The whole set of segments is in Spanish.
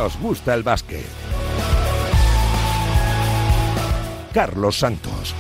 nos gusta el básquet. Carlos Santos.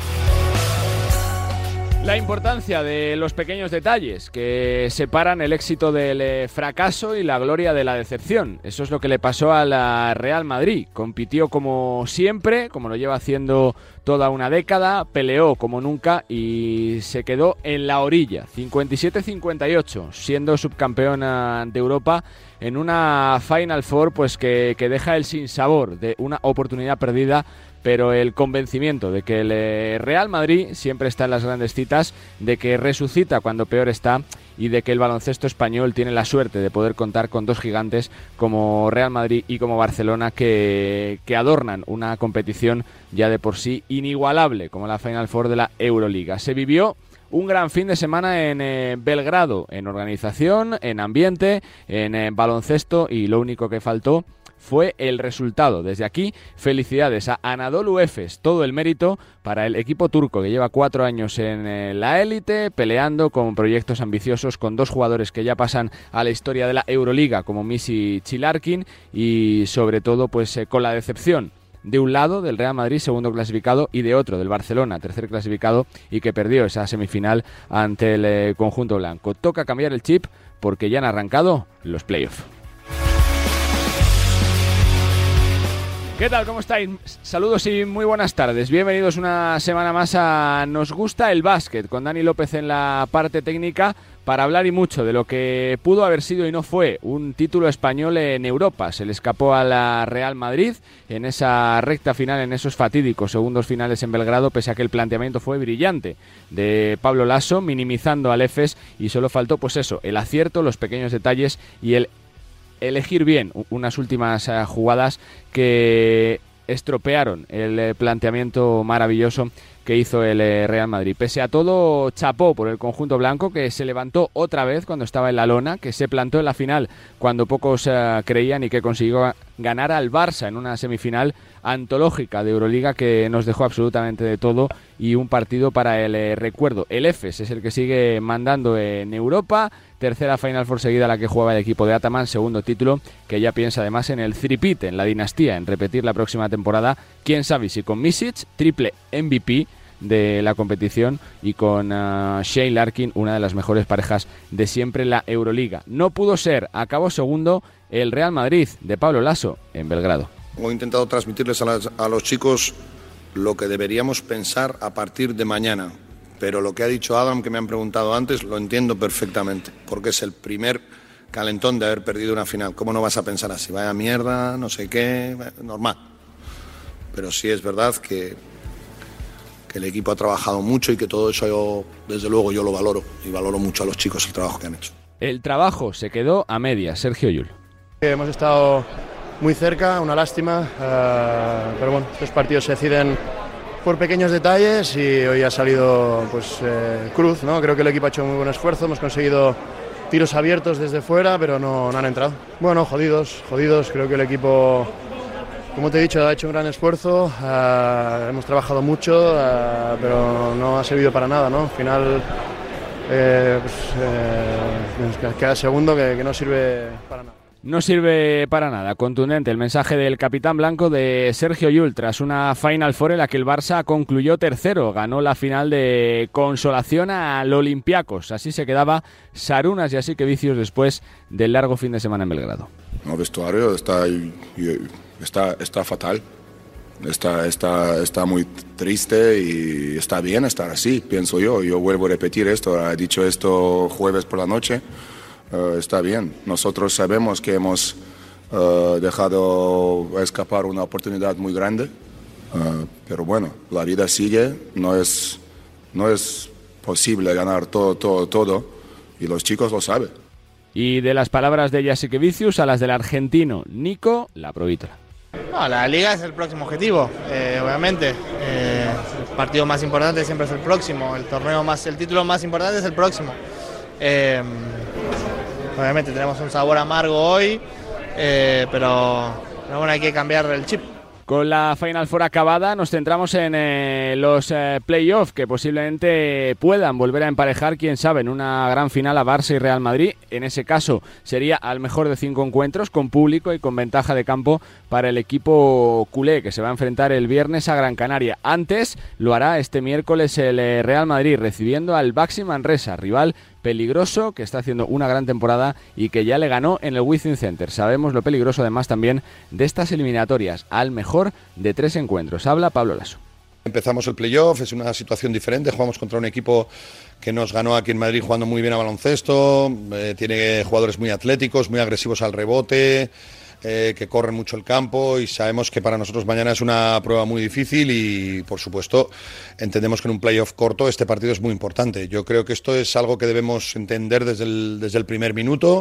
La importancia de los pequeños detalles que separan el éxito del fracaso y la gloria de la decepción. Eso es lo que le pasó a la Real Madrid. Compitió como siempre, como lo lleva haciendo toda una década, peleó como nunca y se quedó en la orilla, 57-58, siendo subcampeona de Europa en una Final Four pues que deja el sinsabor de una oportunidad perdida, pero el convencimiento de que el Real Madrid siempre está en las grandes citas, de que resucita cuando peor está y de que el baloncesto español tiene la suerte de poder contar con dos gigantes como Real Madrid y como Barcelona que adornan una competición ya de por sí inigualable como la Final Four de la Euroliga. Se vivió un gran fin de semana en Belgrado, en organización, en ambiente, en baloncesto, y lo único que faltó fue el resultado. Desde aquí, felicidades a Anadolu Efes, todo el mérito para el equipo turco que lleva 4 años en la élite, peleando con proyectos ambiciosos, con dos jugadores que ya pasan a la historia de la Euroliga como Micic y Larkin, y sobre todo pues con la decepción de un lado del Real Madrid, segundo clasificado, y de otro, del Barcelona, tercer clasificado, y que perdió esa semifinal ante el conjunto blanco. Toca cambiar el chip porque ya han arrancado los playoffs. ¿Qué tal? ¿Cómo estáis? Saludos y muy buenas tardes. Bienvenidos una semana más a Nos Gusta el Básquet, con Dani López en la parte técnica, para hablar y mucho de lo que pudo haber sido y no fue un título español en Europa. Se le escapó a la Real Madrid en esa recta final, en esos fatídicos segundos finales en Belgrado, pese a que el planteamiento fue brillante de Pablo Laso, minimizando al Efes, y solo faltó pues eso, el acierto, los pequeños detalles y el elegir bien unas últimas jugadas que estropearon el planteamiento maravilloso que hizo el Real Madrid. Pese a todo, chapó por el conjunto blanco, que se levantó otra vez cuando estaba en la lona, que se plantó en la final cuando pocos creían, y que consiguió ganar al Barça en una semifinal antológica de Euroliga que nos dejó absolutamente de todo, y un partido para el recuerdo. El Efes es el que sigue mandando en Europa, tercera Final Four seguida la que jugaba el equipo de Ataman, segundo título, que ya piensa además en el three-peat, en la dinastía, en repetir la próxima temporada, quién sabe si con Micic, triple MVP de la competición, y con Shane Larkin, una de las mejores parejas de siempre en la Euroliga. No pudo ser, acabó segundo el Real Madrid de Pablo Laso en Belgrado. He intentado transmitirles a los chicos lo que deberíamos pensar a partir de mañana, pero lo que ha dicho Adam, que me han preguntado antes, lo entiendo perfectamente, porque es el primer calentón de haber perdido una final. ¿Cómo no vas a pensar así? Vaya mierda, no sé qué, normal. Pero sí es verdad que el equipo ha trabajado mucho y que todo eso yo, desde luego, yo lo valoro, y valoro mucho a los chicos el trabajo que han hecho. El trabajo se quedó a medias. Sergio Llull. Hemos estado muy cerca, una lástima, pero bueno, estos partidos se deciden por pequeños detalles y hoy ha salido pues cruz, ¿no? Creo que el equipo ha hecho muy buen esfuerzo, hemos conseguido tiros abiertos desde fuera, pero no han entrado. Bueno, jodidos, creo que el equipo, como te he dicho, ha hecho un gran esfuerzo, hemos trabajado mucho, pero no ha servido para nada, ¿no? Al final nos queda segundo que no sirve para nada. No sirve para nada. Contundente el mensaje del capitán blanco de Sergio Llull tras una Final Four en la que el Barça concluyó tercero. Ganó la final de consolación al Olympiacos. Así se quedaba Sarunas y así que Vicius después del largo fin de semana en Belgrado. El vestuario está fatal. Está muy triste y está bien estar así, pienso yo. Yo vuelvo a repetir esto. He dicho esto jueves por la noche. Está bien. Nosotros sabemos que hemos dejado escapar una oportunidad muy grande, pero bueno, la vida sigue. No es posible ganar todo, y los chicos lo saben. Y de las palabras de Jasikevičius a las del argentino Nico Laprovítola. No, la Liga es el próximo objetivo, obviamente. El partido más importante siempre es el próximo. El título más importante es el próximo. Obviamente tenemos un sabor amargo hoy, pero bueno, hay que cambiar el chip. Con la Final Four acabada, nos centramos en los playoffs que posiblemente puedan volver a emparejar, quién sabe, en una gran final a Barça y Real Madrid. En ese caso sería al mejor de 5 encuentros, con público y con ventaja de campo para el equipo culé, que se va a enfrentar el viernes a Gran Canaria. Antes lo hará este miércoles el Real Madrid, recibiendo al Baxi Manresa, rival peligroso, que está haciendo una gran temporada y que ya le ganó en el Wizzing Center. Sabemos lo peligroso además también de estas eliminatorias, al mejor de 3 encuentros. Habla Pablo Lasso. Empezamos el playoff, es una situación diferente, jugamos contra un equipo que nos ganó aquí en Madrid jugando muy bien a baloncesto, tiene jugadores muy atléticos, muy agresivos al rebote, que corren mucho el campo, y sabemos que para nosotros mañana es una prueba muy difícil y, por supuesto, entendemos que en un playoff corto este partido es muy importante. Yo creo que esto es algo que debemos entender desde el primer minuto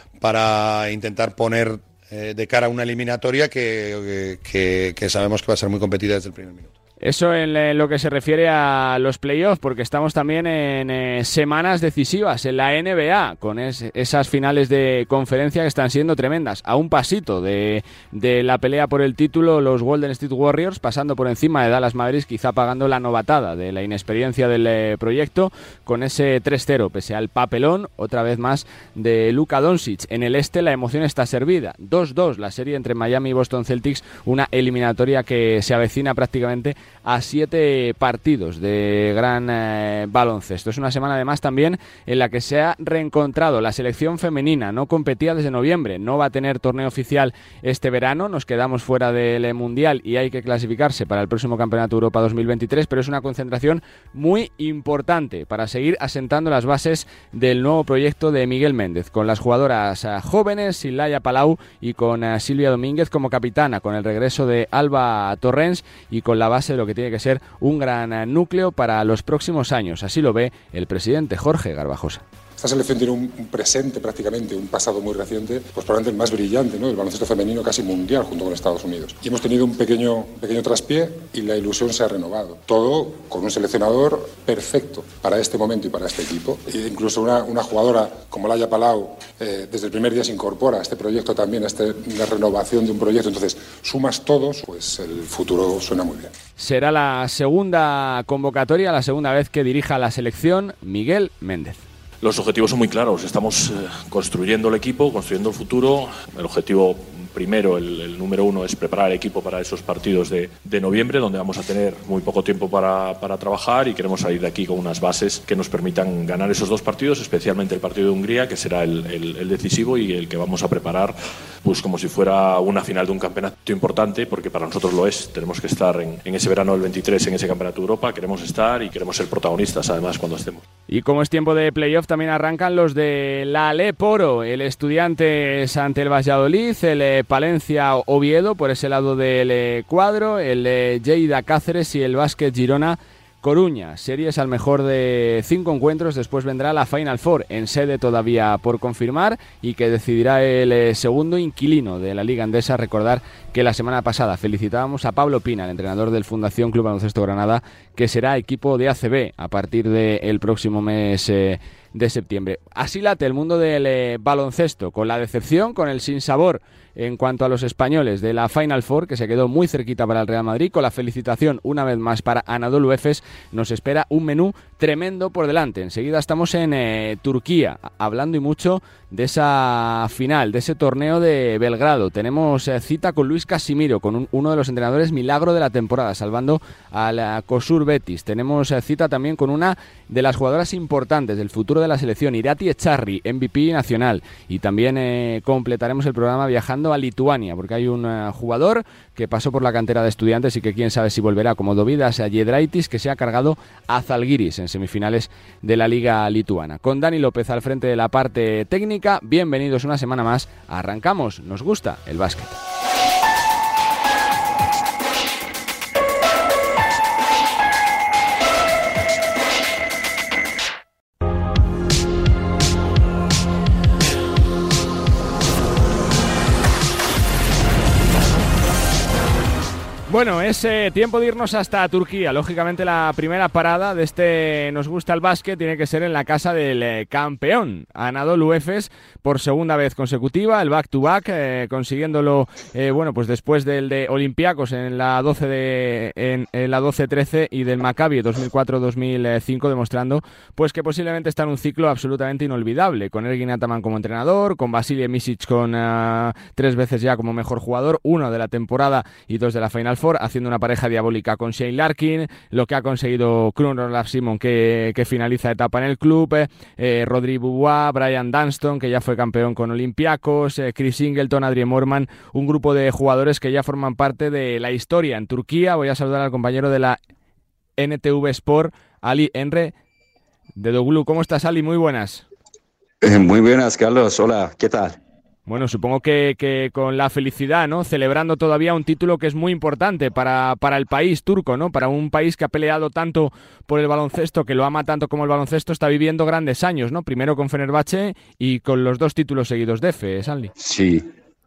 para intentar poner de cara a una eliminatoria que sabemos que va a ser muy competida desde el primer minuto. Eso en lo que se refiere a los playoffs, porque estamos también en semanas decisivas en la NBA, con esas finales de conferencia que están siendo tremendas. A un pasito de la pelea por el título, los Golden State Warriors pasando por encima de Dallas Mavericks, quizá pagando la novatada de la inexperiencia del proyecto, con ese 3-0, pese al papelón, otra vez más, de Luka Doncic. En el este la emoción está servida. 2-2 la serie entre Miami y Boston Celtics, una eliminatoria que se avecina prácticamente a 7 partidos de gran baloncesto. Es una semana además también en la que se ha reencontrado la selección femenina. No competía desde noviembre, no va a tener torneo oficial este verano, nos quedamos fuera del Mundial y hay que clasificarse para el próximo Campeonato Europa 2023, pero es una concentración muy importante para seguir asentando las bases del nuevo proyecto de Miguel Méndez, con las jugadoras jóvenes, Silaya Palau y con Silvia Domínguez como capitana, con el regreso de Alba Torrens y con la base de lo que tiene que ser un gran núcleo para los próximos años. Así lo ve el presidente Jorge Garbajosa. Esta selección tiene un presente prácticamente, un pasado muy reciente, pues probablemente el más brillante, ¿no? El baloncesto femenino casi mundial junto con Estados Unidos. Y hemos tenido un pequeño traspié y la ilusión se ha renovado. Todo con un seleccionador perfecto para este momento y para este equipo. E incluso una jugadora como Laia Palau desde el primer día se incorpora a este proyecto también, a la renovación de un proyecto. Entonces, sumas todos, pues el futuro suena muy bien. Será la segunda convocatoria, la segunda vez que dirija la selección Miguel Méndez. Los objetivos son muy claros, estamos construyendo el equipo, construyendo el futuro. El objetivo primero, el número 1, es preparar el equipo para esos partidos de noviembre, donde vamos a tener muy poco tiempo para trabajar, y queremos salir de aquí con unas bases que nos permitan ganar esos 2 partidos, especialmente el partido de Hungría, que será el decisivo y el que vamos a preparar pues como si fuera una final de un campeonato importante, porque para nosotros lo es. Tenemos que estar en ese verano del 23 en ese Campeonato de Europa, queremos estar y queremos ser protagonistas además cuando estemos. Y como es tiempo de playoff, también arrancan los de la Alep Oro, el Estudiantes ante el Valladolid, el Palencia Oviedo por ese lado del cuadro, el Lleida Cáceres y el Básquet Girona Coruña. Series al mejor de 5 encuentros. Después vendrá la Final Four, en sede todavía por confirmar, y que decidirá el segundo inquilino de la Liga Endesa. Recordar que la semana pasada felicitábamos a Pablo Pina, el entrenador del Fundación Club Baloncesto Granada, que será equipo de ACB a partir del próximo mes de septiembre. Así late el mundo del baloncesto, con la decepción, con el sinsabor en cuanto a los españoles de la Final Four, que se quedó muy cerquita para el Real Madrid. Con la felicitación una vez más para Anadolu Efes, nos espera un menú tremendo por delante. Enseguida estamos en Turquía, hablando y mucho de esa final, de ese torneo de Belgrado. Tenemos cita con Luis Casimiro, con uno de los entrenadores milagro de la temporada, salvando al Kosur Betis. Tenemos cita también con una de las jugadoras importantes del futuro de la selección, Irati Echarri, MVP nacional. Y también completaremos el programa viajando a Lituania, porque hay un jugador que pasó por la cantera de Estudiantes y que quién sabe si volverá, como Dovydas Giedraitis, que se ha cargado a Zalgiris en semifinales de la Liga Lituana. Con Dani López al frente de la parte técnica, bienvenidos una semana más. Arrancamos, nos gusta el básquet. Bueno, es tiempo de irnos hasta Turquía. Lógicamente la primera parada de este Nos Gusta el Básquet tiene que ser en la casa del campeón, Anadolu Efes, por segunda vez consecutiva, el back-to-back, consiguiéndolo pues después del de Olympiacos en la 12-13 y del Maccabi 2004-2005, demostrando pues que posiblemente está en un ciclo absolutamente inolvidable, con Ergin Ataman como entrenador, con Vasilije Micic con 3 veces ya como mejor jugador, 1 de la temporada y 2 de la Final Four, haciendo una pareja diabólica con Shane Larkin, lo que ha conseguido Kron Simon, que finaliza etapa en el club, Rodri Beaubois, Brian Dunston, que ya fue campeón con Olympiacos, Chris Singleton, Adrien Morman, un grupo de jugadores que ya forman parte de la historia en Turquía. Voy a saludar al compañero de la NTV Sport, Ali Enre de Doglu. ¿Cómo estás, Ali? Muy buenas. Muy buenas, Carlos. Hola, ¿qué tal? Bueno, supongo que con la felicidad, ¿no? Celebrando todavía un título que es muy importante para el país turco, ¿no? Para un país que ha peleado tanto por el baloncesto, que lo ama tanto como el baloncesto, está viviendo grandes años, ¿no? Primero con Fenerbahce y con los 2 títulos seguidos de Efes, Ali. Sí.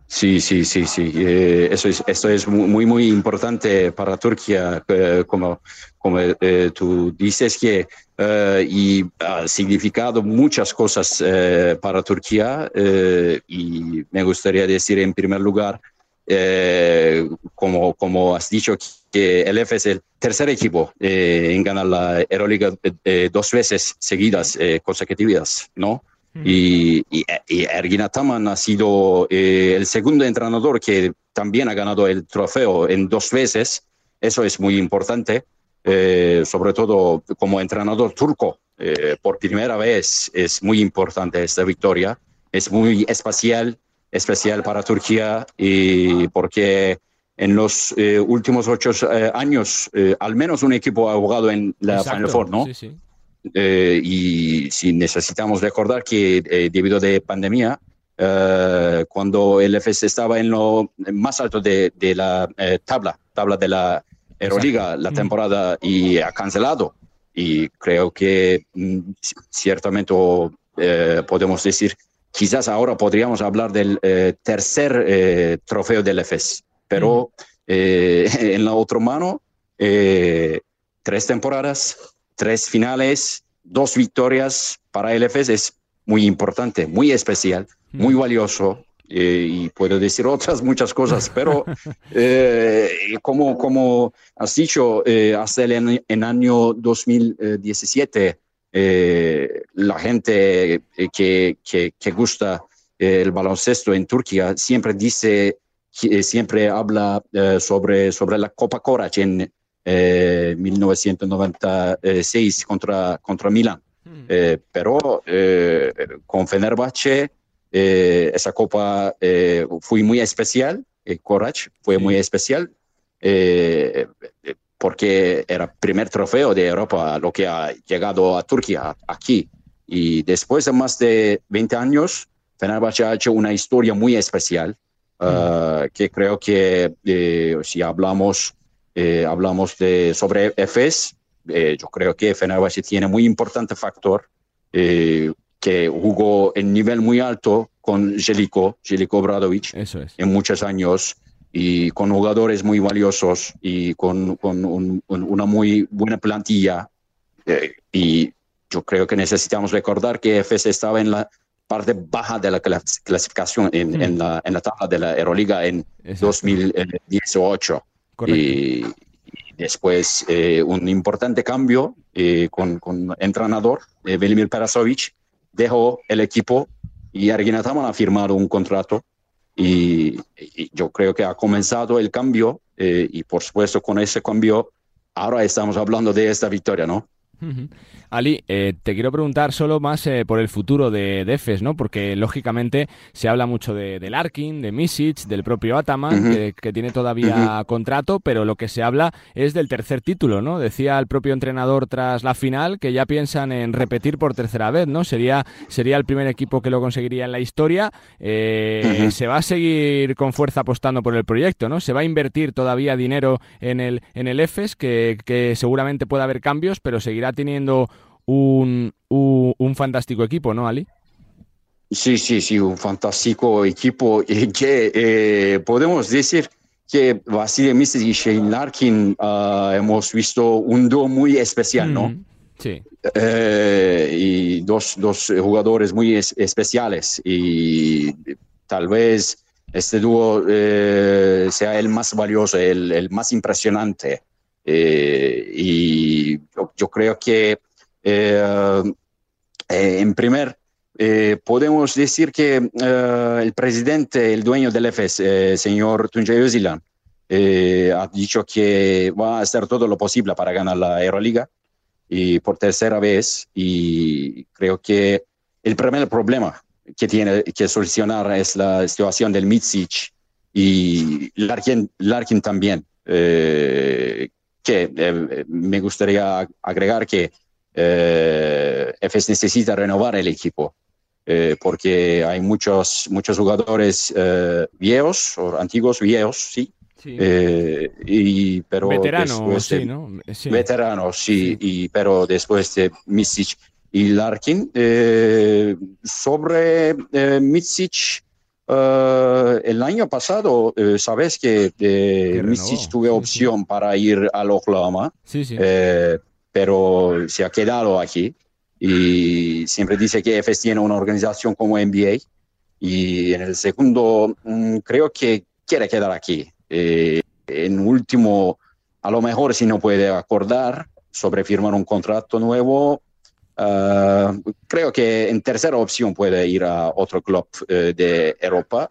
Esto es muy importante para Turquía, como tú dices, que ha significado muchas cosas para Turquía, y me gustaría decir en primer lugar, como has dicho, que el EFES es el tercer equipo en ganar la Euroliga 2 veces seguidas, consecutivas, ¿no? Y Ergin Ataman ha sido el segundo entrenador que también ha ganado el trofeo en 2 veces. Eso es muy importante, sobre todo como entrenador turco. Por primera vez es muy importante esta victoria. Es muy especial para Turquía, porque en los últimos 8 años al menos un equipo ha jugado en la Final Four, ¿no? Sí. Y si necesitamos recordar que debido a la pandemia, cuando el EFES estaba en lo más alto de la tabla de la Euroliga, la temporada, y ha cancelado, y creo que ciertamente podemos decir, quizás ahora podríamos hablar del tercer trofeo del EFES, pero en la otra mano, 3 temporadas, 3 finales, 2 victorias para el EFES es muy importante, muy especial, muy valioso, y puedo decir otras muchas cosas, pero como has dicho, hasta el año 2017, la gente que gusta el baloncesto en Turquía siempre habla sobre la Copa Korac en 1996 contra Milan, pero con Fenerbahce esa copa fue muy especial. Korac fue muy especial, porque era el primer trofeo de Europa lo que ha llegado a Turquía aquí, y después de más de 20 años Fenerbahce ha hecho una historia muy especial, que creo que si hablamos sobre Efes, yo creo que Fenerbahce tiene muy importante factor, que jugó en nivel muy alto con Željko Obradović. Eso es. En muchos años, y con jugadores muy valiosos y con una muy buena plantilla, y yo creo que necesitamos recordar que Efes estaba en la parte baja de la clasificación en la tabla de la Euroliga en 2018. Y después un importante cambio con entrenador, Velimir Perasovic dejó el equipo y Ergin Ataman ha firmado un contrato, y yo creo que ha comenzado el cambio, y por supuesto con ese cambio ahora estamos hablando de esta victoria, ¿no? Ali, te quiero preguntar solo más por el futuro de Efes, ¿no? Porque lógicamente se habla mucho de Larkin, de Micic, del propio Ataman, que tiene todavía contrato, pero lo que se habla es del tercer título, ¿no? Decía el propio entrenador tras la final que ya piensan en repetir por tercera vez, ¿no? Sería el primer equipo que lo conseguiría en la historia. Se va a seguir con fuerza apostando por el proyecto, ¿no? Se va a invertir todavía dinero en el Efes, que seguramente puede haber cambios, pero seguirá teniendo un fantástico equipo, ¿no, Ali? Sí, un fantástico equipo, que podemos decir que Vasilije Micic y Shane Larkin hemos visto un dúo muy especial, ¿no? Sí. Y dos jugadores muy especiales, y tal vez este dúo sea el más valioso, el más impresionante. Y yo creo que en primer podemos decir que el presidente, el dueño del Efes, señor Tuncay Özilhan, ha dicho que va a hacer todo lo posible para ganar la Euroliga y por tercera vez, y creo que el primer problema que tiene que solucionar es la situación del Micic y Larkin también, que me gustaría agregar que Efes necesita renovar el equipo, porque hay muchos jugadores viejos o antiguos viejos, sí. Sí. Pero veteranos, sí, ¿no? Sí. Veteranos, sí. Pero después de Micic y Larkin, sobre Micic, el año pasado, sabes que Micic tuve opción para ir al Oklahoma, pero se ha quedado aquí, y siempre dice que Efes tiene una organización como NBA, y en el segundo creo que quiere quedar aquí. En último, a lo mejor si no puede acordar sobre firmar un contrato nuevo, creo que en tercera opción puede ir a otro club de Europa.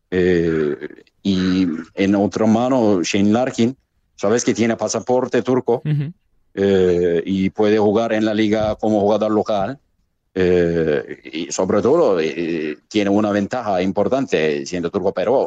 Y en otra mano, Shane Larkin, sabes que tiene pasaporte turco, y puede jugar en la liga como jugador local. Y sobre todo tiene una ventaja importante siendo turco, pero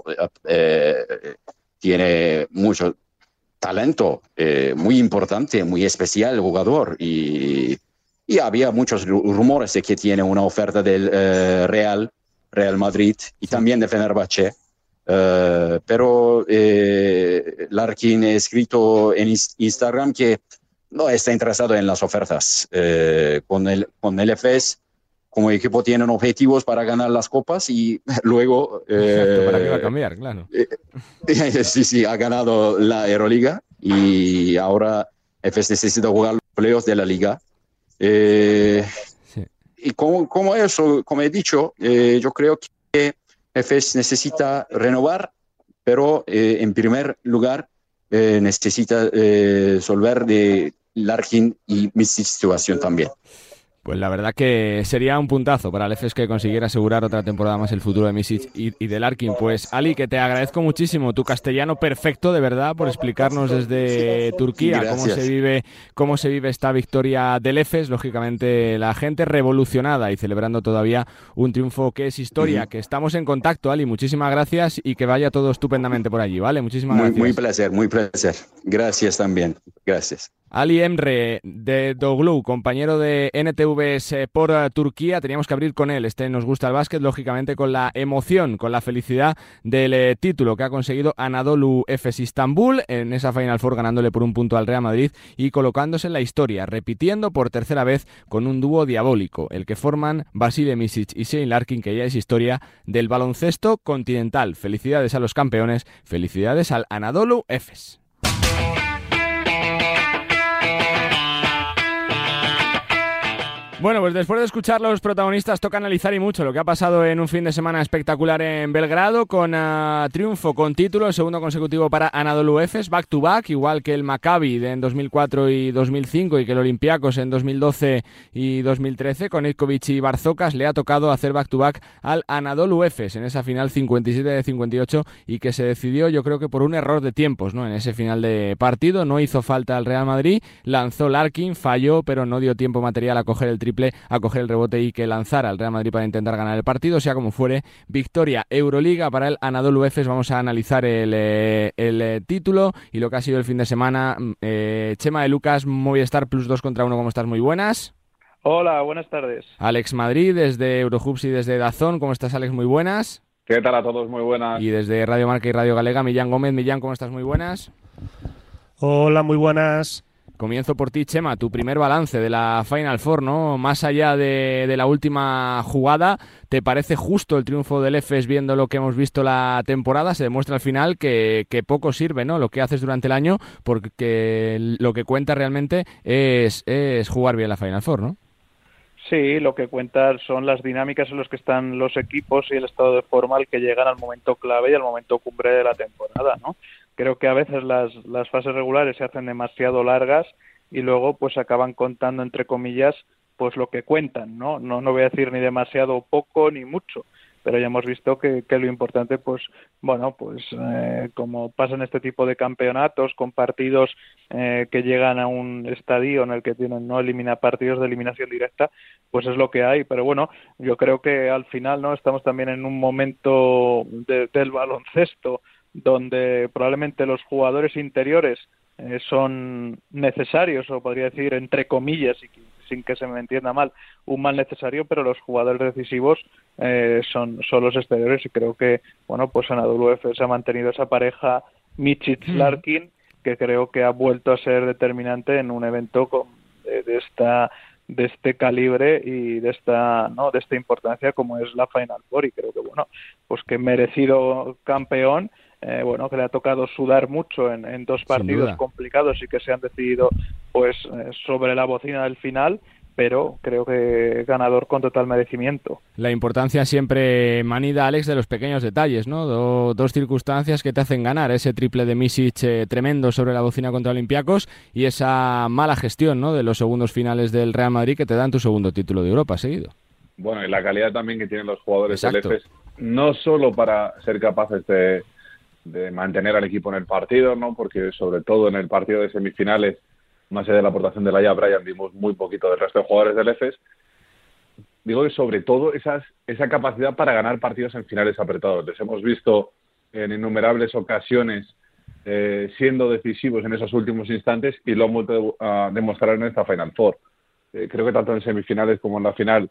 tiene mucho talento, muy importante, muy especial el jugador, y había muchos rumores de que tiene una oferta del Real Madrid y también de Fenerbahce, pero Larkin ha escrito en Instagram que no está interesado en las ofertas. Con el Efes como equipo tienen objetivos para ganar las copas, y luego... Exacto, ¿para qué va a cambiar? Claro. Sí, ha ganado la Euroliga y ahora Efes necesita jugar los playoffs de la Liga. Y como he dicho, yo creo que Efes necesita renovar, pero en primer lugar necesita resolver de Larkin y Micic situación también. Pues la verdad que sería un puntazo para el Efes que consiguiera asegurar otra temporada más el futuro de Micic y de Larkin. Pues Ali, que te agradezco muchísimo tu castellano perfecto, de verdad, por explicarnos desde Turquía cómo se vive esta victoria del Efes. Lógicamente la gente revolucionada y celebrando todavía un triunfo que es historia. Que estamos en contacto, Ali, muchísimas gracias y que vaya todo estupendamente por allí, ¿vale? Muchísimas gracias. Muy placer. Gracias también. Gracias. Ali Emre de Doglu, compañero de NTV por Turquía, teníamos que abrir con él. Nos gusta el básquet, lógicamente con la emoción, con la felicidad del título que ha conseguido Anadolu Efes Istambul en esa Final Four, ganándole por un punto al Real Madrid y colocándose en la historia, repitiendo por tercera vez con un dúo diabólico, el que forman Vasilije Micic y Shane Larkin, que ya es historia del baloncesto continental. Felicidades a los campeones, felicidades al Anadolu Efes. Bueno, pues después de escuchar los protagonistas toca analizar y mucho lo que ha pasado en un fin de semana espectacular en Belgrado, con triunfo, con título, el segundo consecutivo para Anadolu Efes, back to back, igual que el Maccabi en 2004 y 2005 y que el Olympiacos en 2012 y 2013, con Ivkovic y Barzokas le ha tocado hacer back to back al Anadolu Efes en esa final 57-58 y que se decidió, yo creo que por un error de tiempos, ¿no? En ese final de partido no hizo falta al Real Madrid, lanzó Larkin, falló, pero no dio tiempo material a coger el triple, a coger el rebote y que lanzara al Real Madrid para intentar ganar el partido. Sea como fuere, victoria Euroliga para el Anadolu Efes. Vamos a analizar el título y lo que ha sido el fin de semana. Chema de Lucas, Movistar Plus 2 contra 1, ¿cómo estás? Muy buenas. Hola, buenas tardes. Alex Madrid desde Eurohoops y desde DAZN, ¿cómo estás, Alex? Muy buenas. ¿Qué tal a todos? Muy buenas. Y desde Radio Marca y Radio Galega, Millán Gómez. Millán, ¿cómo estás? Muy buenas. Hola, muy buenas. Comienzo por ti, Chema, tu primer balance de la Final Four, ¿no? Más allá de la última jugada, ¿te parece justo el triunfo del EFES viendo lo que hemos visto la temporada? Se demuestra al final que poco sirve, ¿no?, lo que haces durante el año, porque lo que cuenta realmente es jugar bien la Final Four, ¿no? Sí, lo que cuenta son las dinámicas en las que están los equipos y el estado de forma al que llegan al momento clave y al momento cumbre de la temporada, ¿no? Creo que a veces las fases regulares se hacen demasiado largas y luego pues acaban contando, entre comillas, pues lo que cuentan, ¿no? No voy a decir ni demasiado poco ni mucho, pero ya hemos visto que lo importante, pues, bueno, pues como pasa en este tipo de campeonatos, con partidos que llegan a un estadio en el que tienen partidos de eliminación directa, pues es lo que hay. Pero bueno, yo creo que al final, ¿no?, estamos también en un momento del baloncesto donde probablemente los jugadores interiores son necesarios, o podría decir, entre comillas, y sin que se me entienda mal, un mal necesario, pero los jugadores decisivos son los exteriores, y creo que, bueno, pues en AWF se ha mantenido esa pareja Micic-Larkin, que creo que ha vuelto a ser determinante en un evento de este calibre y de esta importancia como es la Final Four, y creo que, bueno, pues que merecido campeón. Bueno, que le ha tocado sudar mucho en dos partidos complicados y que se han decidido pues sobre la bocina del final, pero creo que ganador con total merecimiento. La importancia siempre, manida, Alex, de los pequeños detalles, ¿no? Dos circunstancias que te hacen ganar, ese triple de Micic tremendo sobre la bocina contra Olympiacos y esa mala gestión, ¿no?, de los segundos finales del Real Madrid que te dan tu segundo título de Europa seguido. Bueno, y la calidad también que tienen los jugadores del EFES, no solo para ser capaces de mantener al equipo en el partido, ¿no?, porque sobre todo en el partido de semifinales, más allá de la aportación de Laia Bryan, vimos muy poquito del resto de jugadores del EFES. Digo que sobre todo esa capacidad para ganar partidos en finales apretados. Les hemos visto en innumerables ocasiones siendo decisivos en esos últimos instantes y lo han vuelto a demostrar en esta Final Four. Creo que tanto en semifinales como en la final,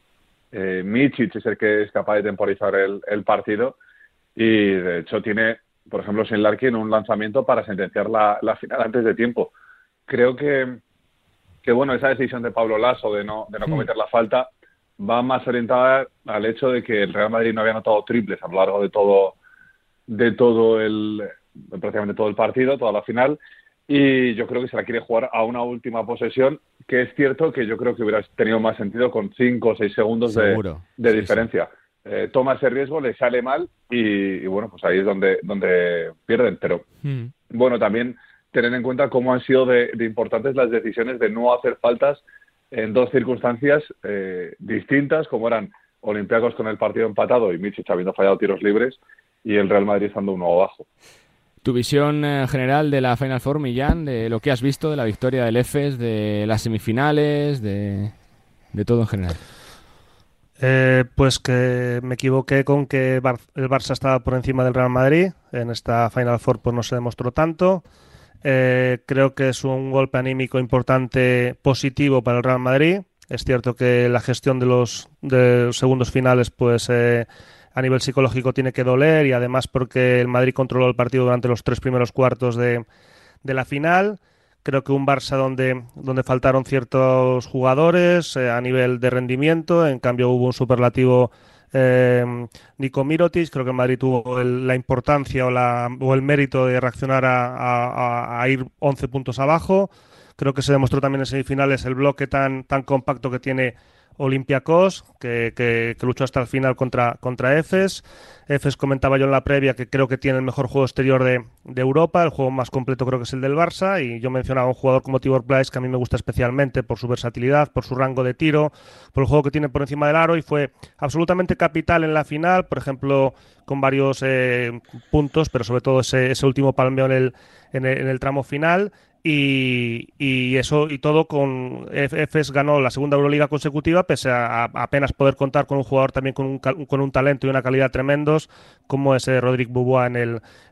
Micic es el que es capaz de temporizar el partido. Y de hecho tiene, por ejemplo, sin Larkin, un lanzamiento para sentenciar la final antes de tiempo. Creo que bueno, esa decisión de Pablo Laso de no cometer la falta va más orientada al hecho de que el Real Madrid no había anotado triples a lo largo de prácticamente todo el partido, toda la final, y yo creo que se la quiere jugar a una última posesión, que es cierto que yo creo que hubiera tenido más sentido con 5 o 6 segundos de diferencia. Toma ese riesgo, le sale mal y bueno, pues ahí es donde pierden. Pero bueno, también tener en cuenta cómo han sido de importantes las decisiones de no hacer faltas en dos circunstancias distintas, como eran Olympiacos con el partido empatado y Micic habiendo fallado tiros libres y el Real Madrid estando uno abajo. Tu visión general de la Final Four, Millán, de lo que has visto, de la victoria del EFES, de las semifinales, de todo en general. Pues que me equivoqué con que el Barça estaba por encima del Real Madrid. En esta Final Four pues no se demostró tanto. Creo que es un golpe anímico importante, positivo para el Real Madrid. Es cierto que la gestión de los segundos finales pues a nivel psicológico tiene que doler, y además porque el Madrid controló el partido durante los 3 primeros cuartos de la final. Creo que un Barça donde faltaron ciertos jugadores a nivel de rendimiento, en cambio hubo un superlativo Nico Mirotic. Creo que el Madrid tuvo la importancia o el mérito de reaccionar a ir 11 puntos abajo. Creo que se demostró también en semifinales el bloque tan compacto que tiene Olympiacos, que luchó hasta el final contra EFES. EFES, comentaba yo en la previa, que creo que tiene el mejor juego exterior de Europa. El juego más completo creo que es el del Barça, y yo mencionaba a un jugador como Tibor Pleiss, que a mí me gusta especialmente por su versatilidad, por su rango de tiro, por el juego que tiene por encima del aro, y fue absolutamente capital en la final, por ejemplo, con varios puntos, pero sobre todo ese último palmeo en el tramo final. Y eso y todo con EFES ganó la segunda Euroliga consecutiva, pese a apenas poder contar con un jugador también con un talento y una calidad tremendos como ese Rodrigue Beaubois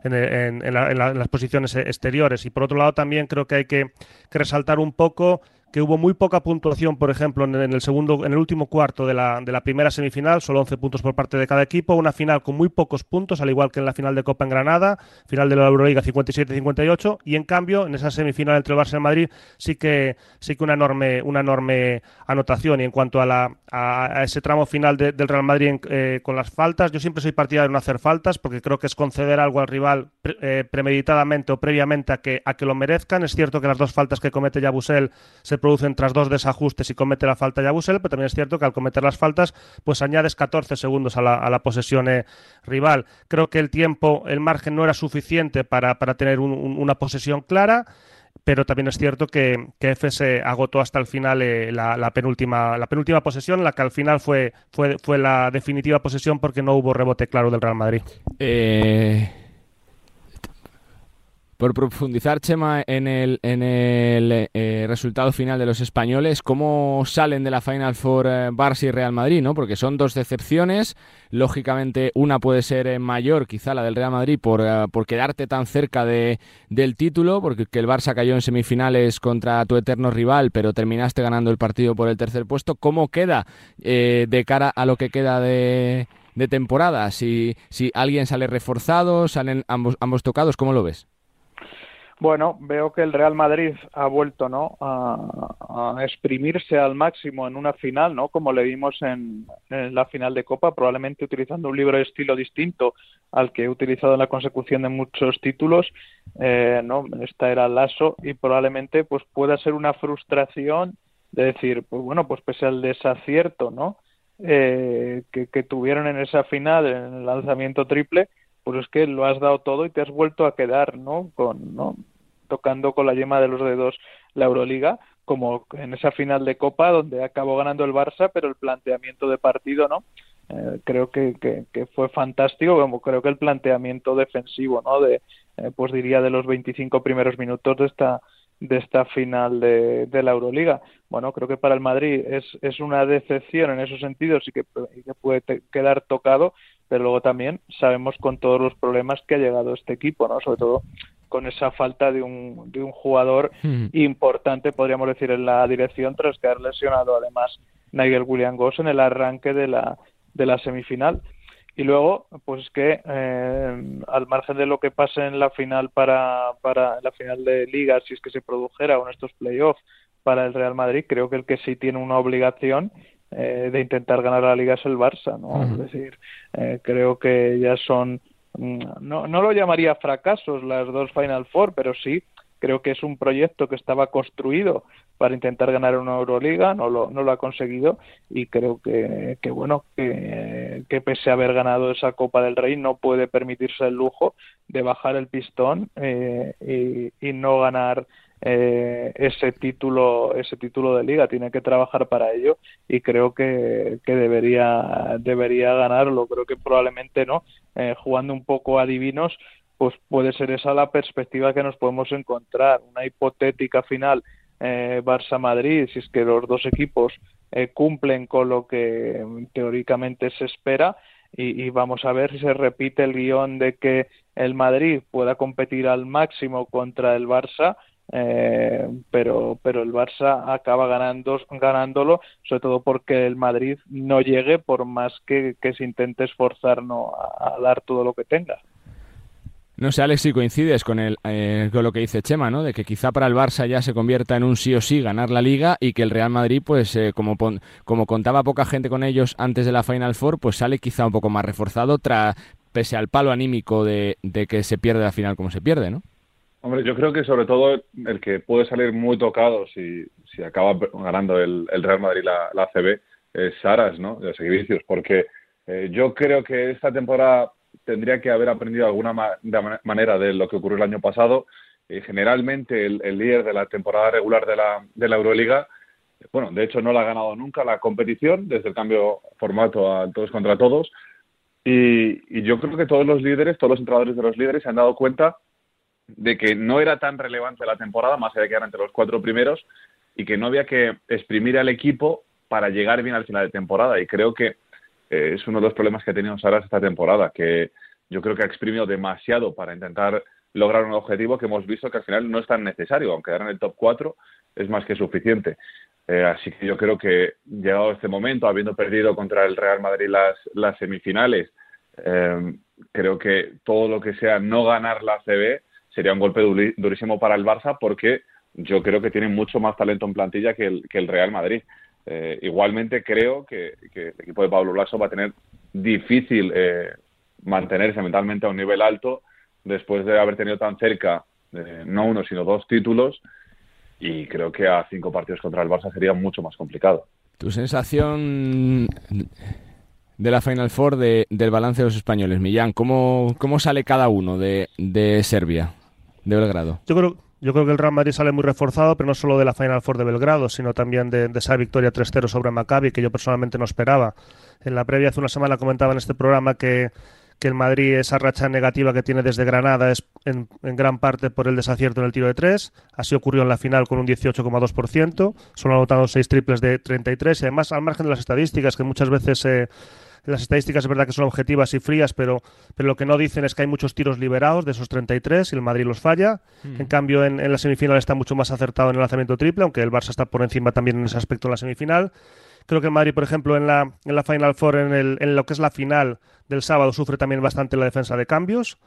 en las posiciones exteriores. Y por otro lado también creo que hay que resaltar un poco que hubo muy poca puntuación, por ejemplo, en el último cuarto de la primera semifinal, solo 11 puntos por parte de cada equipo, una final con muy pocos puntos, al igual que en la final de Copa en Granada, final de la Euroliga 57-58, y en cambio en esa semifinal entre el Barça y el Madrid sí que una enorme anotación. Y en cuanto a ese tramo final del Real Madrid con las faltas, yo siempre soy partidario de no hacer faltas, porque creo que es conceder algo al rival premeditadamente o previamente a que lo merezcan. Es cierto que las dos faltas que comete Yabusel se producen tras dos desajustes y comete la falta Yabusel, pero también es cierto que al cometer las faltas pues añades 14 segundos a la posesión rival. Creo que el margen no era suficiente para tener una posesión clara, pero también es cierto que Efes agotó hasta el final la penúltima posesión, la que al final fue la definitiva posesión, porque no hubo rebote claro del Real Madrid. Por profundizar, Chema, en el resultado final de los españoles, ¿cómo salen de la Final Four Barça y Real Madrid, ¿no? Porque son dos decepciones. Lógicamente, una puede ser mayor, quizá la del Real Madrid, por quedarte tan cerca del título, porque el Barça cayó en semifinales contra tu eterno rival, pero terminaste ganando el partido por el tercer puesto. ¿Cómo queda de cara a lo que queda de temporada? Si alguien sale reforzado, salen ambos tocados, ¿cómo lo ves? Bueno, veo que el Real Madrid ha vuelto, ¿no?, a exprimirse al máximo en una final, ¿no?, como le vimos en la final de Copa, probablemente utilizando un libro de estilo distinto al que he utilizado en la consecución de muchos títulos, ¿no? Esta era Lasso, y probablemente pues pueda ser una frustración de decir, pues bueno, pues pese al desacierto, ¿no?, que tuvieron en esa final, en el lanzamiento triple, pues es que lo has dado todo y te has vuelto a quedar, ¿no?, tocando con la yema de los dedos la Euroliga, como en esa final de Copa donde acabó ganando el Barça, pero el planteamiento de partido, ¿no?, creo que fue fantástico, como creo que el planteamiento defensivo, ¿no?, pues diría de los 25 primeros minutos de esta final de la Euroliga. Bueno, creo que para el Madrid es una decepción en esos sentidos y que puede quedar tocado, pero luego también sabemos con todos los problemas que ha llegado este equipo, ¿no?, sobre todo con esa falta de un jugador importante, podríamos decir, en la dirección, tras quedar lesionado además Nigel Williams-Goss en el arranque de la semifinal. Y luego, pues que al margen de lo que pase en la final para la final de Liga, si es que se produjera, o en estos playoffs para el Real Madrid, creo que el que sí tiene una obligación de intentar ganar la Liga es el Barça, ¿no? Es decir, creo que ya son, no lo llamaría fracasos las dos Final Four, pero sí creo que es un proyecto que estaba construido para intentar ganar una Euroliga, no lo ha conseguido, y creo que pese a haber ganado esa Copa del Rey no puede permitirse el lujo de bajar el pistón y no ganar ese título de Liga. Tiene que trabajar para ello y creo que debería ganarlo. Creo que probablemente no, jugando un poco a divinos, pues puede ser esa la perspectiva que nos podemos encontrar, una hipotética final Barça-Madrid, si es que los dos equipos cumplen con lo que teóricamente se espera, y vamos a ver si se repite el guión de que el Madrid pueda competir al máximo contra el Barça, pero el Barça acaba ganándolo, sobre todo porque el Madrid no llegue por más que se intente esforzar, ¿no?, a dar todo lo que tenga. No sé, Alex, si coincides con lo que dice Chema, ¿no?, de que quizá para el Barça ya se convierta en un sí o sí ganar la Liga, y que el Real Madrid, pues como contaba poca gente con ellos antes de la Final Four, pues sale quizá un poco más reforzado pese al palo anímico de que se pierde la final como se pierde, ¿no? Hombre, yo creo que sobre todo el que puede salir muy tocado si acaba ganando el Real Madrid la ACB es Saras, ¿no?, de Seguivicius, porque yo creo que esta temporada tendría que haber aprendido de alguna manera de lo que ocurrió el año pasado. Generalmente el líder de la temporada regular de la Euroliga, bueno, de hecho no la ha ganado nunca la competición desde el cambio formato a todos contra todos, y yo creo que todos los entrenadores de los líderes se han dado cuenta de que no era tan relevante la temporada, más allá de quedar entre los 4 primeros, y que no había que exprimir al equipo para llegar bien al final de temporada. Y creo que es uno de los problemas que ha tenido Saras esta temporada, que yo creo que ha exprimido demasiado para intentar lograr un objetivo que hemos visto que al final no es tan necesario, aunque quedar en el top 4, es más que suficiente. Así que yo creo que llegado este momento, habiendo perdido contra el Real Madrid las semifinales, creo que todo lo que sea no ganar la ACB sería un golpe durísimo para el Barça, porque yo creo que tienen mucho más talento en plantilla que el Real Madrid. Igualmente creo que el equipo de Pablo Laso va a tener difícil mantenerse mentalmente a un nivel alto después de haber tenido tan cerca no uno sino 2 títulos, y creo que a 5 partidos contra el Barça sería mucho más complicado. ¿Tu sensación de la Final Four del balance de los españoles, Millán? ¿Cómo sale cada uno de Serbia, de Belgrado? Yo creo que el Real Madrid sale muy reforzado, pero no solo de la Final Four de Belgrado, sino también de esa victoria 3-0 sobre Maccabi, que yo personalmente no esperaba. En la previa, hace una semana, comentaba en este programa que el Madrid, esa racha negativa que tiene desde Granada, es en gran parte por el desacierto en el tiro de 3. Así ocurrió en la final con un 18,2%. Solo anotaron 6 triples de 33. Y además, al margen de las estadísticas, que muchas veces las estadísticas es verdad que son objetivas y frías, pero lo que no dicen es que hay muchos tiros liberados de esos 33 y el Madrid los falla. En cambio, en la semifinal está mucho más acertado en el lanzamiento triple, aunque el Barça está por encima también en ese aspecto en la semifinal. Creo que el Madrid, por ejemplo, en la Final Four, en lo que es la final del sábado, sufre también bastante la defensa de cambios.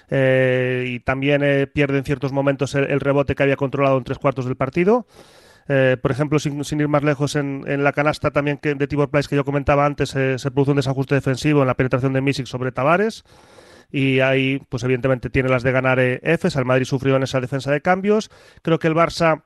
Y también pierde en ciertos momentos el rebote que había controlado en 3/4 del partido. Por ejemplo, sin ir más lejos, en la canasta también de Tibor Pleiss que yo comentaba antes, se produce un desajuste defensivo en la penetración de Misic sobre Tavares, y ahí pues evidentemente tiene las de ganar Efes. El Madrid sufrió en esa defensa de cambios. Creo que el Barça,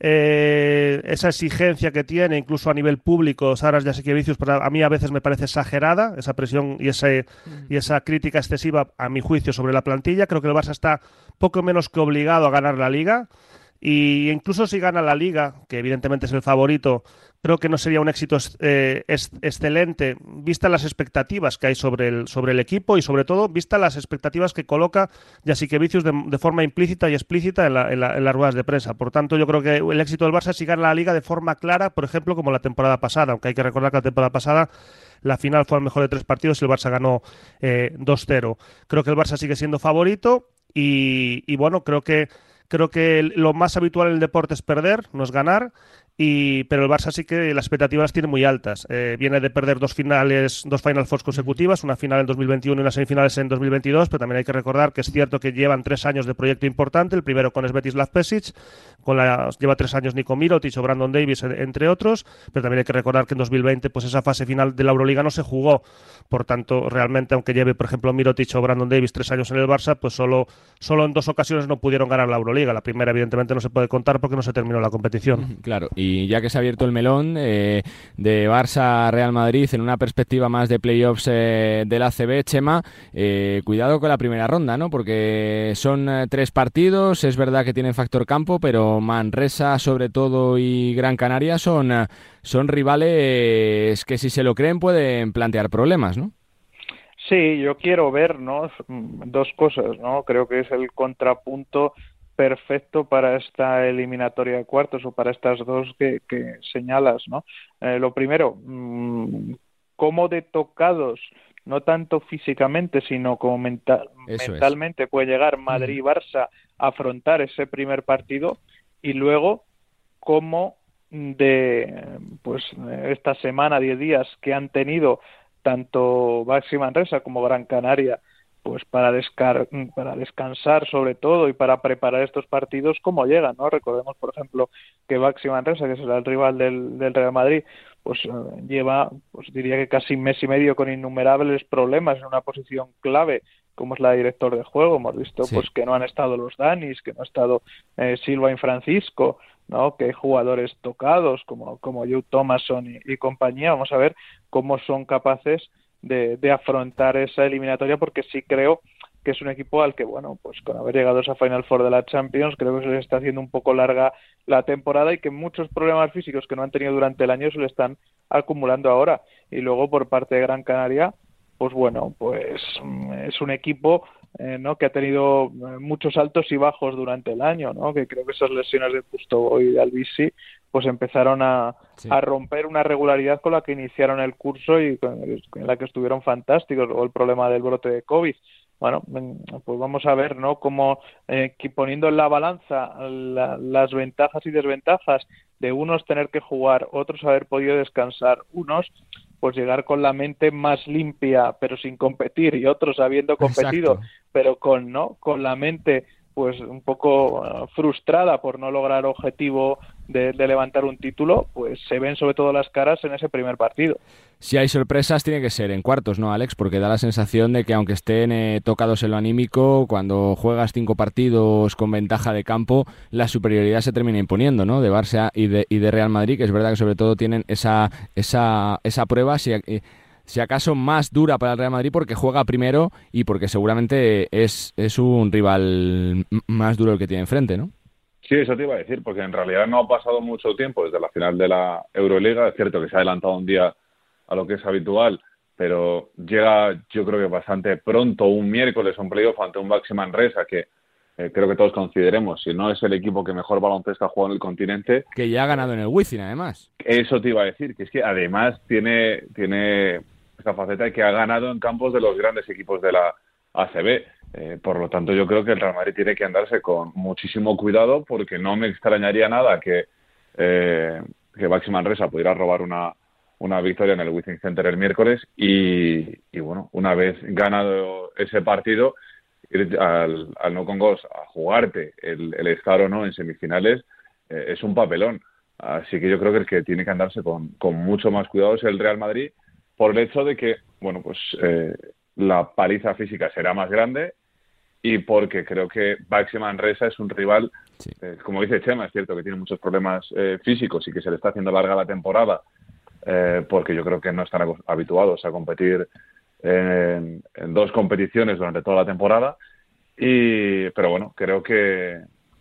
esa exigencia que tiene incluso a nivel público, Saras Jasikevičius, a mí a veces me parece exagerada, esa presión y esa crítica excesiva a mi juicio sobre la plantilla. Creo que el Barça está poco menos que obligado a ganar la Liga, y incluso si gana la Liga, que evidentemente es el favorito, creo que no sería un éxito excelente, vistas las expectativas que hay sobre el equipo, y sobre todo vistas las expectativas que coloca Jasikevičius de forma implícita y explícita en las ruedas de prensa. Por tanto, yo creo que el éxito del Barça es si gana la Liga de forma clara, por ejemplo, como la temporada pasada, aunque hay que recordar que la temporada pasada la final fue al mejor de 3 partidos y el Barça ganó 2-0. Creo que el Barça sigue siendo favorito y bueno, creo que lo más habitual en el deporte es perder, no es ganar, pero el Barça sí que las expectativas las tiene muy altas. Viene de perder 2 Final Fours consecutivas, una final en 2021 y unas semifinales en 2022, pero también hay que recordar que es cierto que llevan 3 años de proyecto importante, el primero con Svetislav Pesic, lleva 3 años Nico Mirotic o Brandon Davis, entre otros, pero también hay que recordar que en 2020 pues esa fase final de la Euroliga no se jugó. Por tanto, realmente, aunque lleve, por ejemplo, Mirotic o Brandon Davis 3 años en el Barça, pues solo en 2 ocasiones no pudieron ganar la Euroliga. La primera, evidentemente, no se puede contar porque no se terminó la competición. Claro, y ya que se ha abierto el melón de Barça-Real Madrid en una perspectiva más de playoffs del ACB, Chema, cuidado con la primera ronda, ¿no? Porque son 3 partidos, es verdad que tienen factor campo, pero Manresa, sobre todo, y Gran Canaria son rivales que, si se lo creen, pueden plantear problemas, ¿no? Sí, yo quiero ver, ¿no?, 2 cosas, ¿no? Creo que es el contrapunto perfecto para esta eliminatoria de cuartos, o para estas 2 que señalas, ¿no? Lo primero, cómo de tocados, no tanto físicamente, sino como mentalmente puede llegar Madrid y Barça a afrontar ese primer partido, y luego cómo pues esta semana, 10 días que han tenido tanto Baxi Manresa como Gran Canaria, pues para descansar sobre todo y para preparar estos partidos, cómo llegan, ¿no? Recordemos, por ejemplo, que Baxi Manresa, que será el rival del Real Madrid, pues lleva, pues diría que casi mes y medio con innumerables problemas en una posición clave, como es la de director de juego. Hemos visto pues que no han estado los Danis, que no ha estado Silva y Francisco, ¿no? Que hay jugadores tocados como Joe Thomason y compañía. Vamos a ver cómo son capaces de afrontar esa eliminatoria, porque sí creo que es un equipo al que, bueno, pues con haber llegado a esa Final Four de la Champions, creo que se les está haciendo un poco larga la temporada, y que muchos problemas físicos que no han tenido durante el año se le están acumulando ahora. Y luego, por parte de Gran Canaria, pues bueno, pues es un equipo ¿no?, que ha tenido muchos altos y bajos durante el año, ¿no? Que creo que esas lesiones de Pustovo y de Albisi pues empezaron a romper una regularidad con la que iniciaron el curso y en la que estuvieron fantásticos. Luego el problema del brote de COVID bueno, pues vamos a ver, ¿no? Cómo poniendo en la balanza las ventajas y desventajas de unos tener que jugar, otros haber podido descansar, unos pues llegar con la mente más limpia pero sin competir, y otros habiendo competido, exacto, pero con la mente pues un poco frustrada por no lograr objetivo de levantar un título, pues se ven sobre todo las caras en ese primer partido. Si hay sorpresas, tiene que ser en cuartos, ¿no, Alex? Porque da la sensación de que aunque estén tocados en lo anímico, cuando juegas 5 partidos con ventaja de campo, la superioridad se termina imponiendo, ¿no? De Barça y de Real Madrid, que es verdad que sobre todo tienen esa prueba, si acaso más dura para el Real Madrid, porque juega primero y porque seguramente es un rival más duro el que tiene enfrente, ¿no? Sí, eso te iba a decir, porque en realidad no ha pasado mucho tiempo desde la final de la Euroliga. Es cierto que se ha adelantado un día a lo que es habitual, pero llega, yo creo que bastante pronto, un miércoles, un playoff ante un Baxi Manresa que creo que todos consideremos, si no es el equipo que mejor baloncesto ha jugado en el continente. Que ya ha ganado en el Wizzing, además. Eso te iba a decir, que es que además tiene esta faceta de que ha ganado en campos de los grandes equipos de la ACB. Por lo tanto, yo creo que el Real Madrid tiene que andarse con muchísimo cuidado, porque no me extrañaría nada que Baxi Manresa pudiera robar una victoria en el Wizzing Center el miércoles y bueno, una vez ganado ese partido, ir al No Congos a jugarte el estar o no en semifinales es un papelón. Así que yo creo que el que tiene que andarse con mucho más cuidado es el Real Madrid, por el hecho de que, bueno, pues la paliza física será más grande, y porque creo que Baxi Manresa es un rival, sí, como dice Chema, es cierto que tiene muchos problemas físicos y que se le está haciendo larga la temporada, porque yo creo que no están habituados a competir en 2 competiciones durante toda la temporada, pero bueno, creo que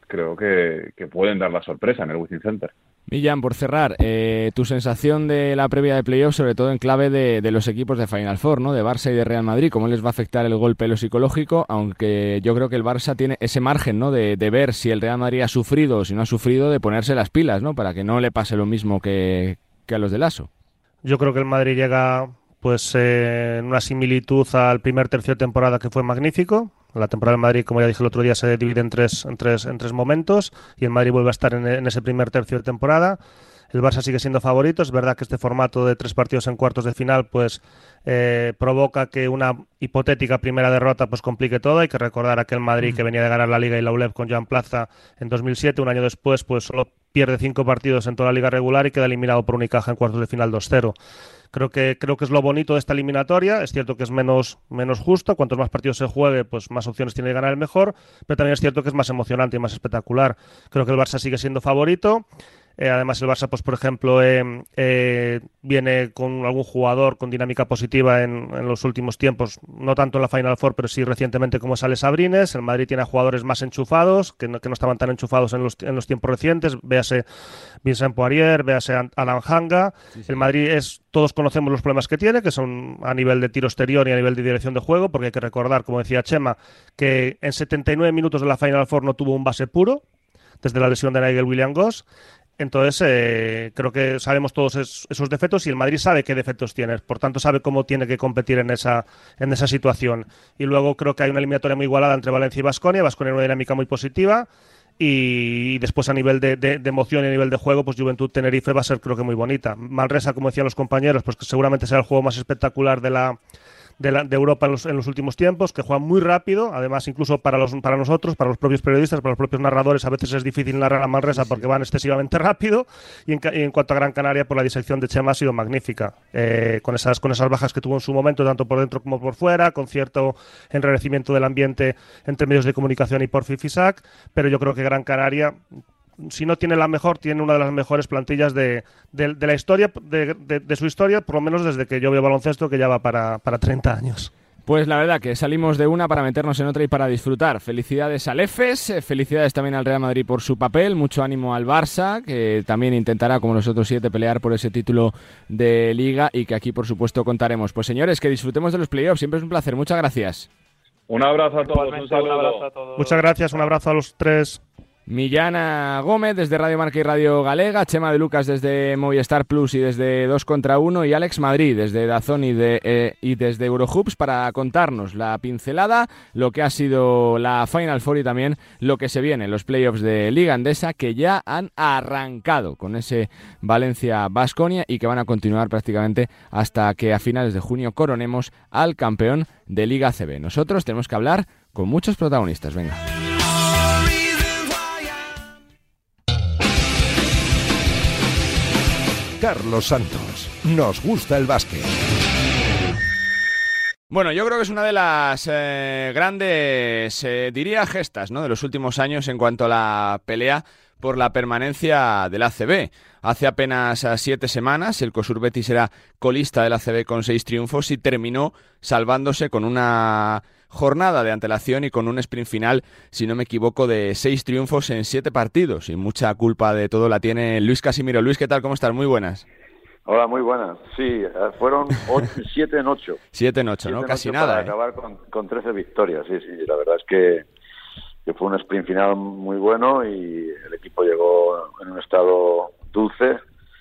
pueden dar la sorpresa en el Wizzing Center. Millán, por cerrar, tu sensación de la previa de playoff, sobre todo en clave de los equipos de Final Four, ¿no? De Barça y de Real Madrid, ¿cómo les va a afectar el golpe lo psicológico? Aunque yo creo que el Barça tiene ese margen, ¿no? De ver si el Real Madrid ha sufrido o si no ha sufrido, de ponerse las pilas, ¿no? Para que no le pase lo mismo que a los de Lasso. Yo creo que el Madrid llega pues en una similitud al primer tercio de temporada, que fue magnífico. La temporada del Madrid, como ya dije el otro día, se divide en tres momentos, y el Madrid vuelve a estar en ese primer tercio de temporada. El Barça sigue siendo favorito. Es verdad que este formato de 3 partidos en cuartos de final pues provoca que una hipotética primera derrota pues complique todo. Hay que recordar aquel Madrid que venía de ganar la Liga y la ULEB con Joan Plaza en 2007. Un año después pues solo pierde 5 partidos en toda la Liga regular y queda eliminado por Unicaja en cuartos de final 2-0. Creo que es lo bonito de esta eliminatoria. Es cierto que es menos justo. Cuantos más partidos se juegue, pues más opciones tiene de ganar el mejor. Pero también es cierto que es más emocionante y más espectacular. Creo que el Barça sigue siendo favorito. Además, el Barça, pues por ejemplo, viene con algún jugador con dinámica positiva en los últimos tiempos, no tanto en la Final Four, pero sí recientemente, como es Alex Abrines. El Madrid tiene a jugadores más enchufados, que no estaban tan enchufados en los tiempos recientes. Véase Vincent Poirier, véase Alan Hanga. Sí. El Madrid todos conocemos los problemas que tiene, que son a nivel de tiro exterior y a nivel de dirección de juego, porque hay que recordar, como decía Chema, que en 79 minutos de la Final Four no tuvo un base puro, desde la lesión de Nigel Williams-Goss. Entonces, creo que sabemos todos esos defectos, y el Madrid sabe qué defectos tiene, por tanto sabe cómo tiene que competir en esa situación. Y luego creo que hay una eliminatoria muy igualada entre Valencia y Baskonia. Baskonia una dinámica muy positiva, y después a nivel de emoción y a nivel de juego, pues Juventud Tenerife va a ser, creo que, muy bonita. Manresa, como decían los compañeros, pues que seguramente será el juego más espectacular de Europa en los últimos tiempos, que juegan muy rápido. Además, incluso para nosotros, para los propios periodistas, para los propios narradores, a veces es difícil narrar a Manresa porque van excesivamente rápido. Y en cuanto a Gran Canaria, pues la disección de Chema ha sido magnífica, con esas bajas que tuvo en su momento, tanto por dentro como por fuera, con cierto enrarecimiento del ambiente entre medios de comunicación y por FIFISAC. Pero yo creo que Gran Canaria, si no tiene la mejor, tiene una de las mejores plantillas de la historia, de su historia, por lo menos desde que yo veo baloncesto, que ya va para 30 años. Pues la verdad que salimos de una para meternos en otra y para disfrutar. Felicidades al EFES, felicidades también al Real Madrid por su papel, mucho ánimo al Barça, que también intentará, como los otros 7, pelear por ese título de Liga, y que aquí, por supuesto, contaremos. Pues señores, que disfrutemos de los playoffs, siempre es un placer, muchas gracias. Un abrazo a todos, un saludo. Muchas gracias, un abrazo a los 3. Millán Gómez desde Radio Marca y Radio Galega, Chema de Lucas desde Movistar Plus y desde 2 contra 1 y Alex Madrid desde DAZN y desde Eurohoops para contarnos la pincelada, lo que ha sido la Final Four y también lo que se viene en los playoffs de Liga Endesa, que ya han arrancado con ese Valencia-Baskonia y que van a continuar prácticamente hasta que a finales de junio coronemos al campeón de Liga ACB. Nosotros tenemos que hablar con muchos protagonistas. Venga. Carlos Santos. Nos gusta el básquet. Bueno, yo creo que es una de las grandes, diría, gestas, ¿no?, de los últimos años en cuanto a la pelea por la permanencia del ACB. Hace apenas 7 semanas el COSUR Betis era colista del ACB con 6 triunfos y terminó salvándose con una jornada de antelación y con un sprint final, si no me equivoco, de 6 triunfos en 7 partidos. Y mucha culpa de todo la tiene Luis Casimiro. Luis, ¿qué tal? ¿Cómo estás? Muy buenas. Hola, muy buenas. Sí, fueron 7 en 8. 7 en 8, ¿no? Casi nada. Para acabar con 13 victorias, sí. La verdad es que fue un sprint final muy bueno y el equipo llegó en un estado dulce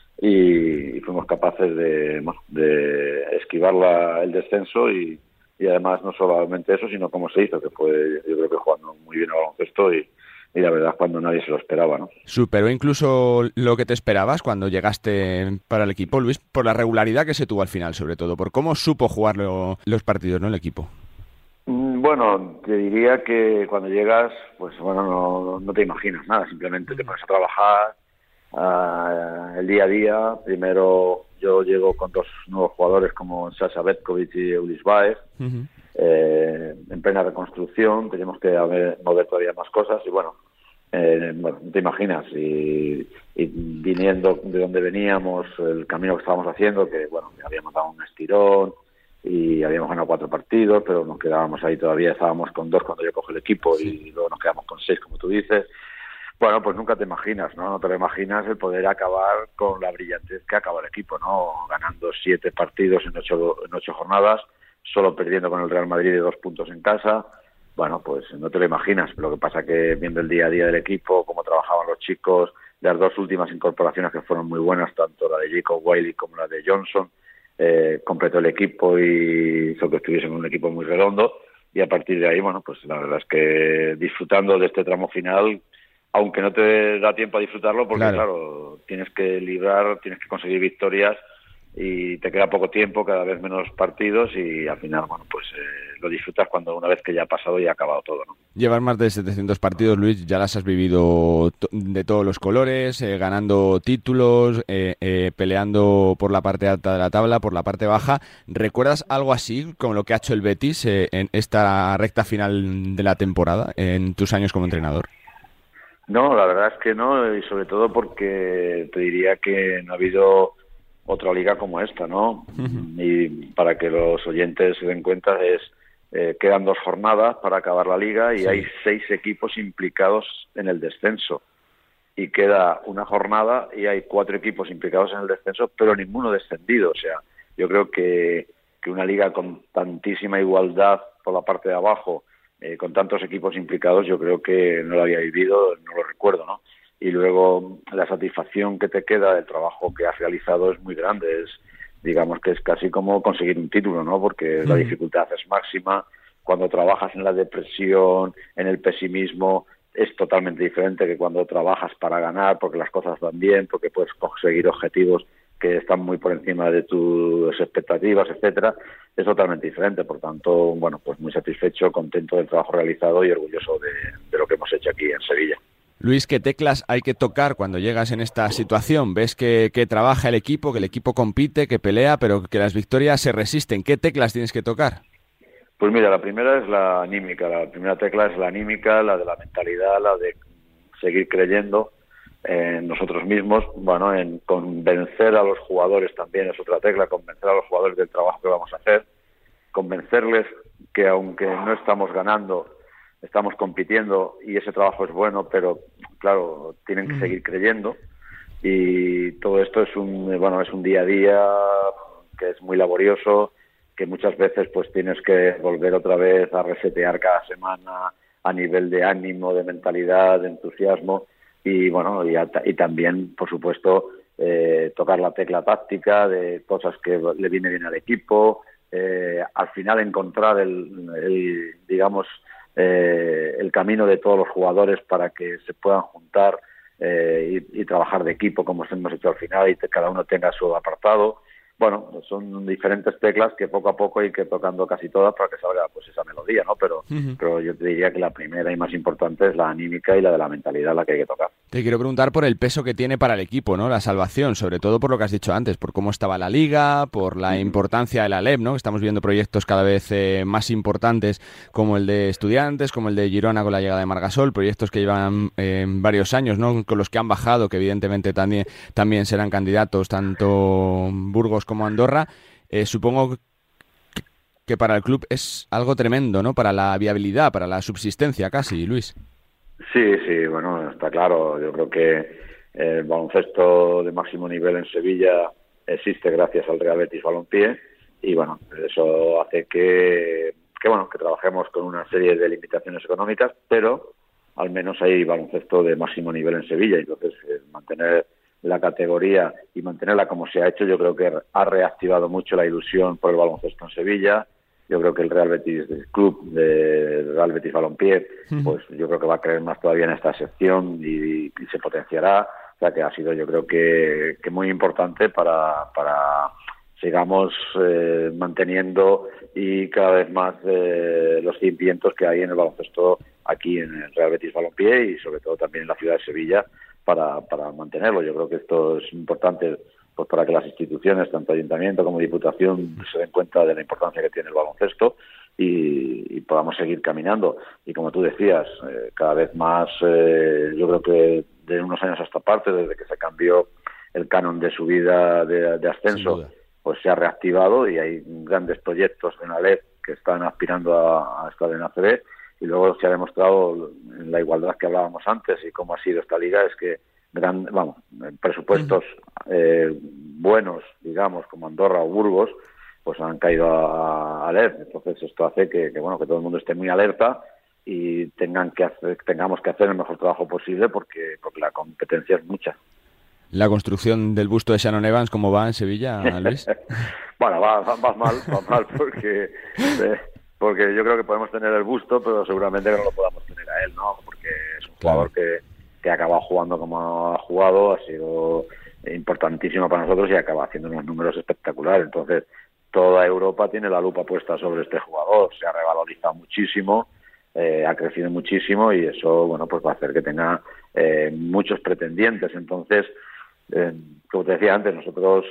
y fuimos capaces de esquivar el descenso y además no solamente eso, sino cómo se hizo, que fue, yo creo que jugando muy bien al baloncesto y la verdad cuando nadie se lo esperaba, ¿no? ¿Superó incluso lo que te esperabas cuando llegaste para el equipo, Luis? Por la regularidad que se tuvo al final, sobre todo, por cómo supo jugar los partidos, ¿no?, el equipo. Bueno, te diría que cuando llegas, pues bueno, no te imaginas nada, simplemente te pones a trabajar el día a día. Primero yo llego con 2 nuevos jugadores como Sasha Betkovic y Ulis Baez, en plena reconstrucción, teníamos que mover todavía más cosas y bueno, no te imaginas, y viniendo de donde veníamos, el camino que estábamos haciendo, que bueno, habíamos dado un estirón y habíamos ganado 4 partidos, pero nos quedábamos ahí todavía, estábamos con 2 cuando yo cojo el equipo y luego nos quedamos con 6, como tú dices. Bueno, pues nunca te imaginas, ¿no? No te lo imaginas el poder acabar con la brillantez que acaba el equipo, ¿no? Ganando 7 partidos en 8 jornadas, solo perdiendo con el Real Madrid de 2 puntos en casa. Bueno, pues no te lo imaginas. Lo que pasa que viendo el día a día del equipo, cómo trabajaban los chicos, las 2 últimas incorporaciones que fueron muy buenas, tanto la de Jacob Wiley como la de Johnson, completó el equipo y hizo que estuviesen en un equipo muy redondo. Y a partir de ahí, bueno, pues la verdad es que disfrutando de este tramo final, aunque no te da tiempo a disfrutarlo, porque claro, tienes que librar, tienes que conseguir victorias y te queda poco tiempo, cada vez menos partidos y al final, bueno, pues lo disfrutas cuando una vez que ya ha pasado y ha acabado todo, ¿no? Llevas más de 700 partidos, Luis, ya las has vivido de todos los colores, ganando títulos, peleando por la parte alta de la tabla, por la parte baja. ¿Recuerdas algo así como lo que ha hecho el Betis en esta recta final de la temporada, en tus años como entrenador? No, la verdad es que no, y sobre todo porque te diría que no ha habido otra liga como esta, ¿no? Y para que los oyentes se den cuenta, quedan 2 jornadas para acabar la liga y hay 6 equipos implicados en el descenso. Y queda una jornada y hay 4 equipos implicados en el descenso, pero ninguno descendido. O sea, yo creo que una liga con tantísima igualdad por la parte de abajo, con tantos equipos implicados, yo creo que no lo había vivido, no lo recuerdo, ¿no? Y luego la satisfacción que te queda del trabajo que has realizado es muy grande, digamos que es casi como conseguir un título, ¿no? Porque la dificultad es máxima, cuando trabajas en la depresión, en el pesimismo, es totalmente diferente que cuando trabajas para ganar, porque las cosas van bien, porque puedes conseguir objetivos que están muy por encima de tus expectativas, etcétera. Es totalmente diferente, por tanto, bueno, pues muy satisfecho, contento del trabajo realizado y orgulloso de lo que hemos hecho aquí en Sevilla. Luis, ¿qué teclas hay que tocar cuando llegas en esta situación? ¿Ves que trabaja el equipo, que el equipo compite, que pelea, pero que las victorias se resisten? ¿Qué teclas tienes que tocar? Pues mira, la primera es la anímica, la primera tecla es la anímica, la de la mentalidad, la de seguir creyendo en nosotros mismos, bueno, en convencer a los jugadores también es otra tecla, convencer a los jugadores del trabajo que vamos a hacer, convencerles que aunque no estamos ganando, estamos compitiendo y ese trabajo es bueno, pero claro, tienen que seguir creyendo y todo esto es un día a día que es muy laborioso, que muchas veces pues tienes que volver otra vez a resetear cada semana, a nivel de ánimo, de mentalidad, de entusiasmo y bueno, y también, por supuesto, tocar la tecla táctica de cosas que le viene bien al equipo, al final encontrar el camino de todos los jugadores para que se puedan juntar y trabajar de equipo como hemos hecho al final y cada uno tenga su apartado. Bueno, son diferentes teclas que poco a poco hay que ir tocando casi todas para que salga pues esa melodía, ¿no? Pero yo te diría que la primera y más importante es la anímica y la de la mentalidad, la que hay que tocar. Te quiero preguntar por el peso que tiene para el equipo, ¿no? La salvación, sobre todo por lo que has dicho antes, por cómo estaba la Liga, por la importancia de la Alep, ¿no? Estamos viendo proyectos cada vez más importantes como el de Estudiantes, como el de Girona con la llegada de Margasol, proyectos que llevan varios años, ¿no? Con los que han bajado, que evidentemente también serán candidatos, tanto Burgos como Andorra. Supongo que para el club es algo tremendo, ¿no? Para la viabilidad, para la subsistencia casi, Luis. Sí, bueno, está claro. Yo creo que el baloncesto de máximo nivel en Sevilla existe gracias al Real Betis Balompié y bueno, eso hace que trabajemos con una serie de limitaciones económicas, pero al menos hay baloncesto de máximo nivel en Sevilla y entonces mantener la categoría y mantenerla como se ha hecho, yo creo que ha reactivado mucho la ilusión por el baloncesto en Sevilla. Yo creo que el Real Betis, el club del Real Betis Balompié, pues yo creo que va a creer más todavía en esta sección y se potenciará. O sea que ha sido, yo creo que muy importante para sigamos manteniendo y cada vez más los cimientos que hay en el baloncesto aquí en el Real Betis Balompié y sobre todo también en la ciudad de Sevilla para mantenerlo. Yo creo que esto es importante pues para que las instituciones, tanto ayuntamiento como diputación, se den cuenta de la importancia que tiene el baloncesto y podamos seguir caminando. Y como tú decías, cada vez más, yo creo que de unos años a esta parte, desde que se cambió el canon de subida de ascenso, pues se ha reactivado y hay grandes proyectos en la LEP que están aspirando a estar en ACB. Y luego se ha demostrado en la igualdad que hablábamos antes y cómo ha sido esta liga, es que presupuestos buenos, digamos, como Andorra o Burgos, pues han caído a LEP. Entonces esto hace que todo el mundo esté muy alerta y tengamos que hacer el mejor trabajo posible porque la competencia es mucha. La construcción del busto de Shannon Evans, ¿cómo va en Sevilla, Luis? Bueno, va mal porque yo creo que podemos tener el busto, pero seguramente que no lo podamos tener a él, ¿no? Porque es un jugador que ha acabado jugando como ha jugado, ha sido importantísimo para nosotros y acaba haciendo unos números espectaculares. Entonces, toda Europa tiene la lupa puesta sobre este jugador, se ha revalorizado muchísimo, ha crecido muchísimo y eso, pues va a hacer que tenga muchos pretendientes. Entonces, como te decía antes, nosotros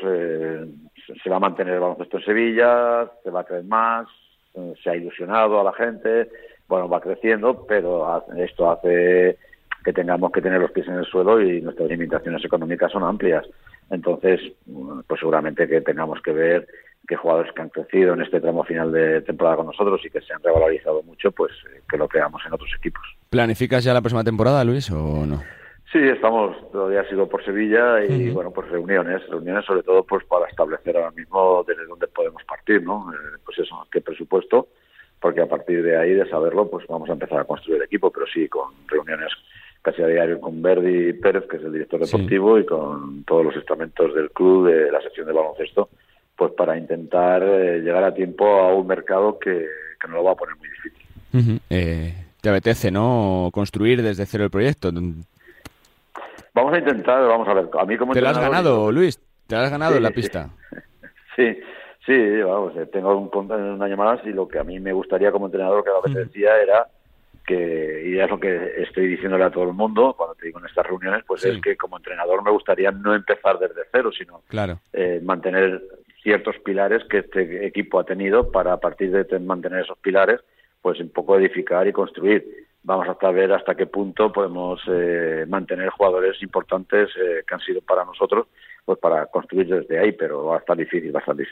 se va a mantener el baloncesto en Sevilla, se va a creer más, se ha ilusionado a la gente, va creciendo, pero esto hace que tengamos que tener los pies en el suelo y nuestras limitaciones económicas son amplias. Entonces, pues seguramente que tengamos que ver qué jugadores que han crecido en este tramo final de temporada con nosotros y que se han revalorizado mucho, pues que lo creamos en otros equipos. ¿Planificas ya la próxima temporada, Luis, o no? Sí, todavía sigo por Sevilla y pues reuniones sobre todo pues para establecer ahora mismo desde dónde podemos partir, ¿no? Pues eso, qué presupuesto, porque a partir de ahí, de saberlo, pues vamos a empezar a construir el equipo, pero sí con reuniones casi a diario con Verdi Pérez, que es el director deportivo, y con todos los estamentos del club, de la sección de baloncesto, pues para intentar llegar a tiempo a un mercado que nos lo va a poner muy difícil. ¿Te apetece, no, construir desde cero el proyecto? Vamos a intentar, vamos a ver. A mí como ¿Te lo has ganado, Luis? ¿Te lo has ganado en la pista? Sí, tengo un año más y lo que a mí me gustaría como entrenador, que lo que te decía era y es lo que estoy diciéndole a todo el mundo cuando te digo en estas reuniones, pues es que como entrenador me gustaría no empezar desde cero, sino mantener ciertos pilares que este equipo ha tenido para a partir de mantener esos pilares, pues un poco edificar y construir. Vamos a ver hasta qué punto podemos mantener jugadores importantes que han sido para nosotros pues para construir desde ahí, pero va a estar difícil.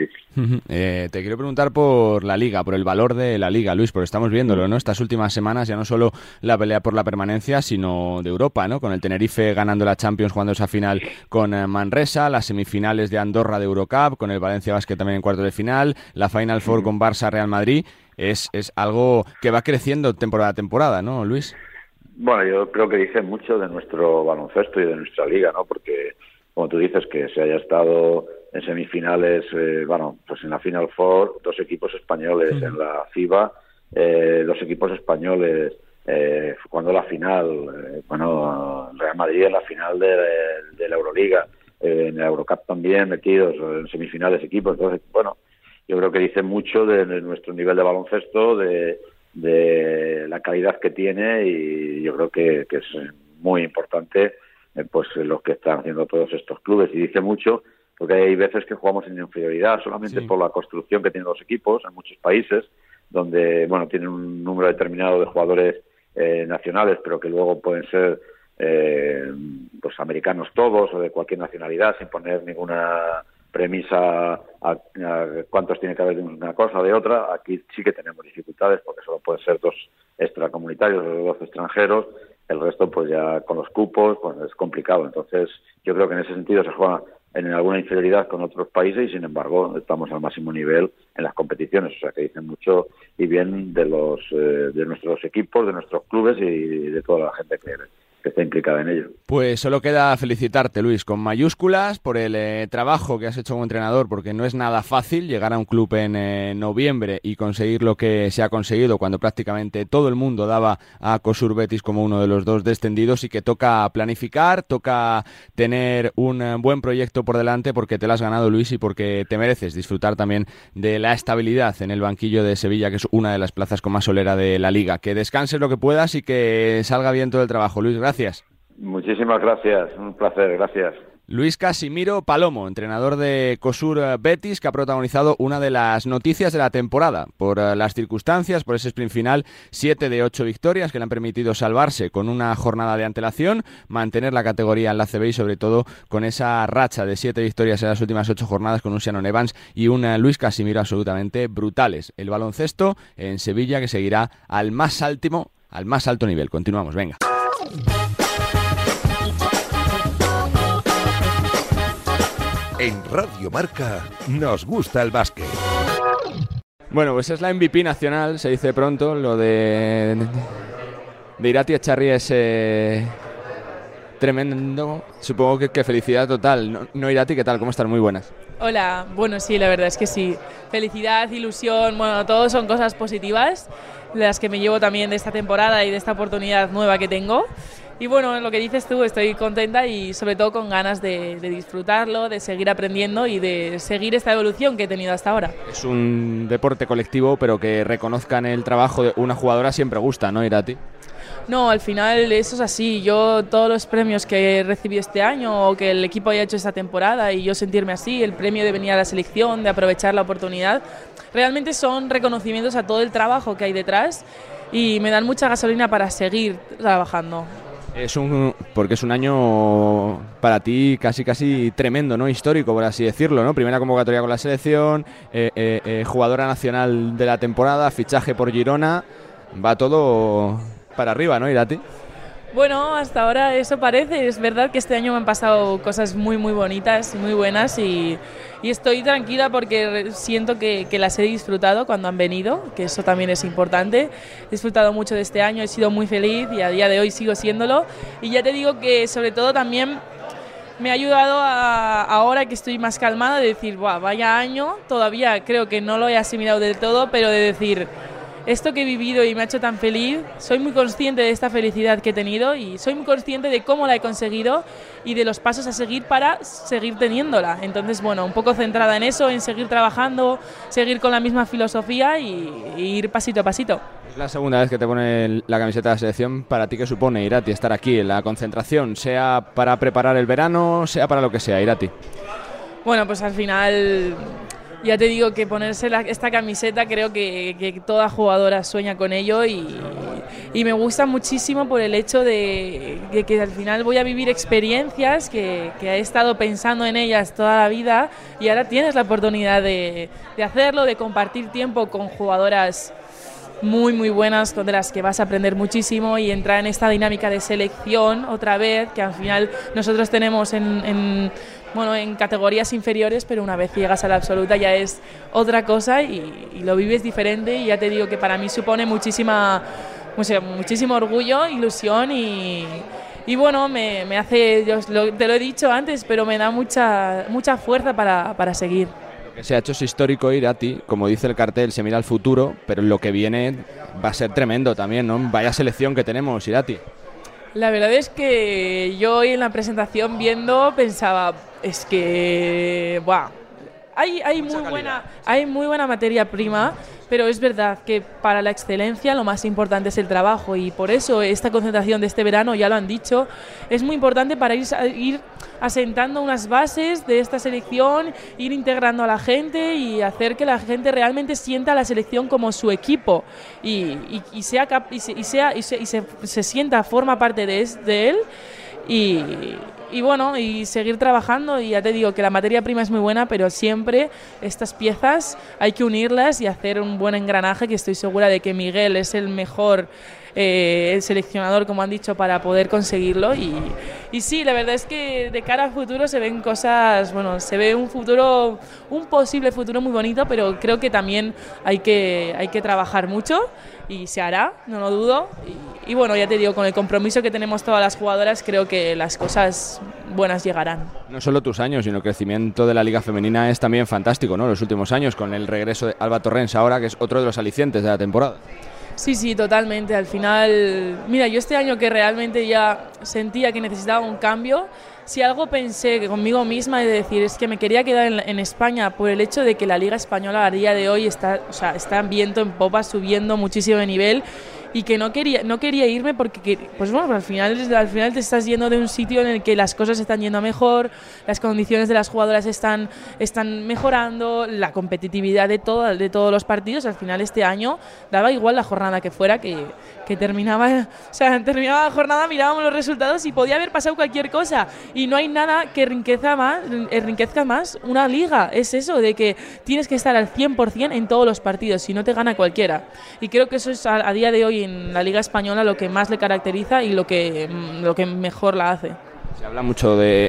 Te quiero preguntar por la Liga, por el valor de la Liga, Luis, porque estamos viéndolo, ¿no? Estas últimas semanas ya no solo la pelea por la permanencia, sino de Europa, ¿no? Con el Tenerife ganando la Champions, jugando esa final con Manresa, las semifinales de Andorra de Eurocup, con el Valencia Basket también en cuartos de final, la Final Four con Barça Real Madrid. Es algo que va creciendo temporada a temporada, ¿no, Luis? Bueno, yo creo que dice mucho de nuestro baloncesto y de nuestra liga, ¿no? Porque, como tú dices, que se haya estado en semifinales, pues en la Final Four, 2 equipos españoles, en la FIBA, 2 equipos españoles, cuando la final, Real Madrid en la final de la Euroliga, en la Eurocup también metidos en semifinales equipos. Entonces, bueno, yo creo que dice mucho de nuestro nivel de baloncesto, de la calidad que tiene, y yo creo que es muy importante pues lo que están haciendo todos estos clubes, y dice mucho porque hay veces que jugamos en inferioridad solamente por la construcción que tienen los equipos en muchos países, donde tienen un número determinado de jugadores nacionales, pero que luego pueden ser pues americanos todos o de cualquier nacionalidad, sin poner ninguna premisa a cuántos tiene que haber de una cosa o de otra. Aquí sí que tenemos dificultades porque solo pueden ser 2 extracomunitarios o 2 extranjeros, el resto pues ya con los cupos pues es complicado. Entonces yo creo que en ese sentido se juega en alguna inferioridad con otros países y sin embargo estamos al máximo nivel en las competiciones, o sea que dicen mucho y bien de nuestros equipos, de nuestros clubes y de toda la gente que está implicada en ello. Pues solo queda felicitarte, Luis, con mayúsculas por el trabajo que has hecho como entrenador, porque no es nada fácil llegar a un club en noviembre y conseguir lo que se ha conseguido cuando prácticamente todo el mundo daba a COSUR Betis como uno de los 2 descendidos, y que toca planificar, toca tener un buen proyecto por delante, porque te lo has ganado, Luis, y porque te mereces disfrutar también de la estabilidad en el banquillo de Sevilla, que es una de las plazas con más solera de la Liga. Que descanses lo que puedas y que salga bien todo el trabajo, Luis. Gracias. Muchísimas gracias, un placer, gracias. Luis Casimiro Palomo, entrenador de COSUR Betis, que ha protagonizado una de las noticias de la temporada por las circunstancias, por ese sprint final, 7 de 8 victorias que le han permitido salvarse con una jornada de antelación, mantener la categoría en la ACB y sobre todo con esa racha de 7 victorias en las últimas 8 jornadas con un Shannon Evans y un Luis Casimiro absolutamente brutales. El baloncesto en Sevilla que seguirá al más alto nivel. Continuamos, venga. En Radio Marca nos gusta el básquet. Bueno, pues es la MVP nacional, se dice pronto. Lo de Irati Echarri es tremendo. Supongo que felicidad total. No, Irati, ¿qué tal? ¿Cómo estás? Muy buenas. Hola, bueno, sí, la verdad es que sí. Felicidad, ilusión, bueno, todo son cosas positivas, las que me llevo también de esta temporada y de esta oportunidad nueva que tengo. Y bueno, lo que dices tú, estoy contenta y sobre todo con ganas de disfrutarlo, de seguir aprendiendo y de seguir esta evolución que he tenido hasta ahora. Es un deporte colectivo, pero que reconozcan el trabajo de una jugadora siempre gusta, ¿no, Irati? No, al final eso es así. Yo todos los premios que he recibido este año o que el equipo haya hecho esta temporada y yo sentirme así, el premio de venir a la selección, de aprovechar la oportunidad, realmente son reconocimientos a todo el trabajo que hay detrás y me dan mucha gasolina para seguir trabajando. Porque es un año para ti casi tremendo, ¿no? Histórico, por así decirlo, ¿no? Primera convocatoria con la selección, jugadora nacional de la temporada, fichaje por Girona, va todo para arriba, ¿no, Irati? Bueno, hasta ahora eso parece. Es verdad que este año me han pasado cosas muy bonitas, muy buenas y estoy tranquila porque siento que las he disfrutado cuando han venido, que eso también es importante. He disfrutado mucho de este año, he sido muy feliz y a día de hoy sigo siéndolo. Y ya te digo que sobre todo también me ha ayudado ahora que estoy más calmada de decir, vaya año, todavía creo que no lo he asimilado del todo, pero de decir, esto que he vivido y me ha hecho tan feliz, soy muy consciente de esta felicidad que he tenido y soy muy consciente de cómo la he conseguido y de los pasos a seguir para seguir teniéndola. Entonces, bueno, un poco centrada en eso, en seguir trabajando, seguir con la misma filosofía y ir pasito a pasito. Es la segunda vez que te pone la camiseta de la selección. ¿Para ti qué supone, Irati, estar aquí en la concentración? Sea para preparar el verano, sea para lo que sea, Irati. Bueno, pues al final ya te digo que ponerse esta camiseta creo que toda jugadora sueña con ello y y me gusta muchísimo por el hecho de que al final voy a vivir experiencias que he estado pensando en ellas toda la vida y ahora tienes la oportunidad de hacerlo, de compartir tiempo con jugadoras muy muy buenas, de las que vas a aprender muchísimo y entrar en esta dinámica de selección otra vez, que al final nosotros tenemos en categorías inferiores, pero una vez llegas a la absoluta ya es otra cosa y lo vives diferente, y ya te digo que para mí supone muchísimo orgullo, ilusión y bueno, me hace, te lo he dicho antes, pero me da mucha fuerza para seguir. Lo que se ha hecho es histórico, Irati, como dice el cartel, se mira al futuro, pero lo que viene va a ser tremendo también, ¿no? Vaya selección que tenemos, Irati. La verdad es que yo hoy en la presentación pensaba, es que hay muy buena materia prima, pero es verdad que para la excelencia lo más importante es el trabajo, y por eso esta concentración de este verano, ya lo han dicho, es muy importante para ir asentando unas bases de esta selección, ir integrando a la gente y hacer que la gente realmente sienta a la selección como su equipo y se sienta, forma parte de él y bueno, y seguir trabajando. Y ya te digo que la materia prima es muy buena, pero siempre estas piezas hay que unirlas y hacer un buen engranaje, que estoy segura de que Miguel es el mejor el seleccionador, como han dicho, para poder conseguirlo. Y sí, la verdad es que de cara al futuro se ven cosas, se ve un posible futuro muy bonito, pero creo que también hay que trabajar mucho y se hará, no lo dudo. Y bueno, ya te digo, con el compromiso que tenemos todas las jugadoras, creo que las cosas buenas llegarán. No solo tus años, sino el crecimiento de la Liga Femenina es también fantástico, ¿no? Los últimos años, con el regreso de Alba Torrens ahora, que es otro de los alicientes de la temporada. Sí, totalmente. Al final, mira, yo este año que realmente ya sentía que necesitaba un cambio, si algo pensé que conmigo misma de decir es que me quería quedar en España por el hecho de que la Liga Española a día de hoy está viento en popa, subiendo muchísimo de nivel, y que no quería irme porque al final te estás yendo de un sitio en el que las cosas están yendo mejor, las condiciones de las jugadoras están mejorando, la competitividad de todos los partidos. Al final este año daba igual la jornada que fuera, que terminaba la jornada, mirábamos los resultados y podía haber pasado cualquier cosa, y no hay nada que enriquezca más una liga. Es eso de que tienes que estar al 100% en todos los partidos, si no te gana cualquiera, y creo que eso es a día de hoy en la Liga Española lo que más le caracteriza y lo que mejor la hace. Se habla mucho de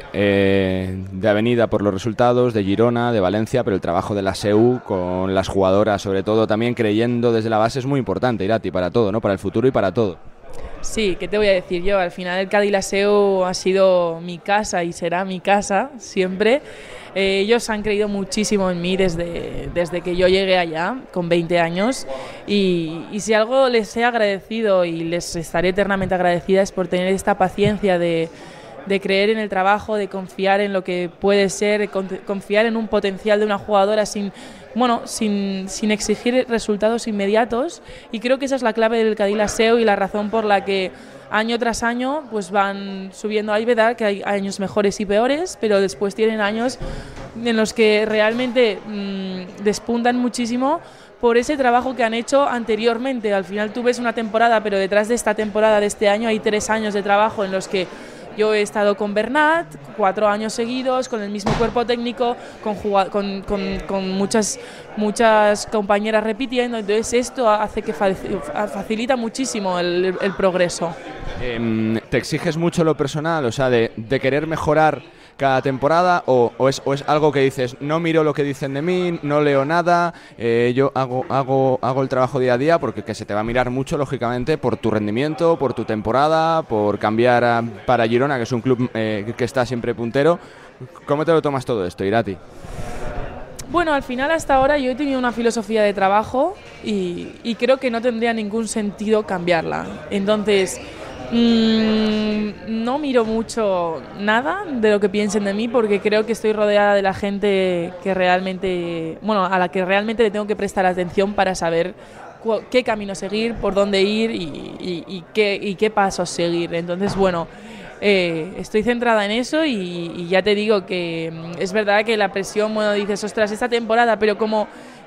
Avenida por los resultados, de Girona, de Valencia, pero el trabajo de la SEU con las jugadoras, sobre todo también creyendo desde la base, es muy importante, Irati, para todo, ¿no? Para el futuro y para todo. Sí, ¿qué te voy a decir yo? Al final el Cádiz SEU ha sido mi casa y será mi casa siempre. Ellos han creído muchísimo en mí desde que yo llegué allá, con 20 años, y si algo les he agradecido y les estaré eternamente agradecida es por tener esta paciencia de creer en el trabajo, de confiar en lo que puede ser, de confiar en un potencial de una jugadora sin exigir resultados inmediatos, y creo que esa es la clave del Cádiz SEU y la razón por la que año tras año pues van subiendo. Hay verdad que hay años mejores y peores, pero después tienen años en los que realmente despuntan muchísimo por ese trabajo que han hecho anteriormente. Al final tú ves una temporada, pero detrás de esta temporada de este año hay 3 años de trabajo en los que yo he estado con Bernat 4 años seguidos, con el mismo cuerpo técnico, con muchas compañeras repitiendo. Entonces esto hace que facilita muchísimo el progreso. ¿Te exiges mucho lo personal, o sea, de querer mejorar cada temporada, o es algo que dices, no miro lo que dicen de mí, no leo nada, yo hago el trabajo día a día, porque que se te va a mirar mucho, lógicamente, por tu rendimiento, por tu temporada, por cambiar para Girona, que es un club que está siempre puntero? ¿Cómo te lo tomas todo esto, Irati? Bueno, al final hasta ahora yo he tenido una filosofía de trabajo y creo que no tendría ningún sentido cambiarla. Entonces, no miro mucho nada de lo que piensen de mí, porque creo que estoy rodeada de la gente que realmente, a la que realmente le tengo que prestar atención para saber qué camino seguir, por dónde ir y qué pasos seguir. Entonces, estoy centrada en eso y ya te digo que es verdad que la presión, dices, ostras, esta temporada, pero como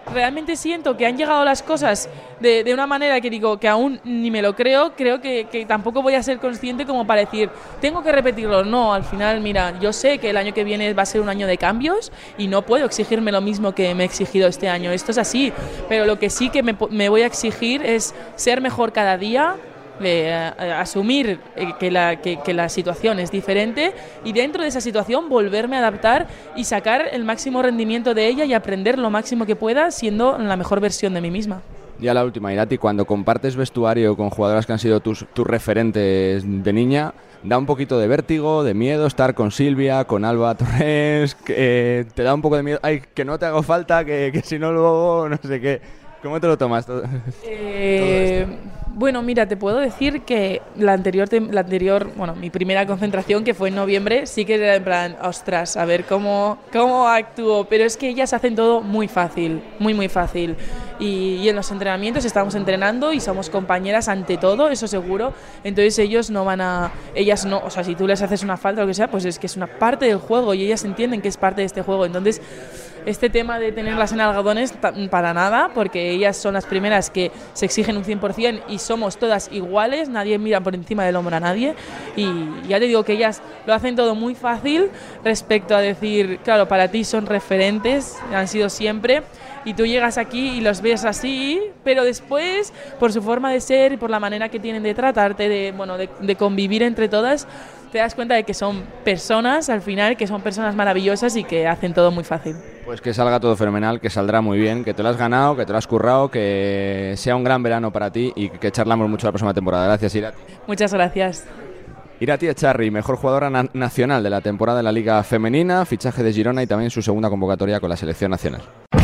realmente siento que han llegado las cosas de una manera que digo que aún ni me lo creo que tampoco voy a ser consciente como para decir, tengo que repetirlo. No, al final, mira, yo sé que el año que viene va a ser un año de cambios y no puedo exigirme lo mismo que me he exigido este año. Esto es así, pero lo que sí que me voy a exigir es ser mejor cada día, asumir que la situación es diferente y dentro de esa situación volverme a adaptar y sacar el máximo rendimiento de ella y aprender lo máximo que pueda siendo la mejor versión de mí misma. Ya la última, Irati, cuando compartes vestuario con jugadoras que han sido tus referentes de niña, da un poquito de vértigo, de miedo estar con Silvia, con Alba Torres, te da un poco de miedo, ay, que no te hago falta, que si no luego no sé qué. ¿Cómo te lo tomas todo? Bueno, mira, te puedo decir que la anterior, bueno, mi primera concentración, que fue en noviembre, sí que era en plan, ostras, a ver cómo actúo, pero es que ellas hacen todo muy fácil, muy fácil. Y en los entrenamientos estamos entrenando y somos compañeras ante todo, eso seguro. Entonces ellas no, o sea, si tú les haces una falta o lo que sea, pues es que es una parte del juego y ellas entienden que es parte de este juego. Entonces, este tema de tenerlas en algodones, para nada, porque ellas son las primeras que se exigen un 100% y somos todas iguales, nadie mira por encima del hombro a nadie y ya te digo que ellas lo hacen todo muy fácil respecto a decir, claro, para ti son referentes, han sido siempre, y tú llegas aquí y los ves así, pero después, por su forma de ser y por la manera que tienen de tratarte, de convivir entre todas, te das cuenta de que son personas al final, que son personas maravillosas y que hacen todo muy fácil. Pues que salga todo fenomenal, que saldrá muy bien, que te lo has ganado, que te lo has currado, que sea un gran verano para ti y que charlamos mucho la próxima temporada. Gracias, Irati. Muchas gracias. Irati Echarri, mejor jugadora nacional de la temporada de la Liga Femenina, fichaje de Girona y también su segunda convocatoria con la selección nacional.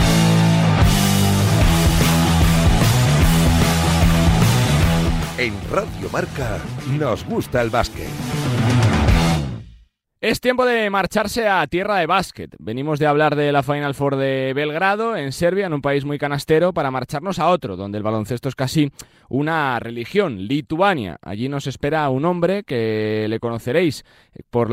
En Radio Marca nos gusta el básquet. Es tiempo de marcharse a tierra de básquet. Venimos de hablar de la Final Four de Belgrado, en Serbia, en un país muy canastero, para marcharnos a otro, donde el baloncesto es casi una religión, Lituania. Allí nos espera un hombre que le conoceréis por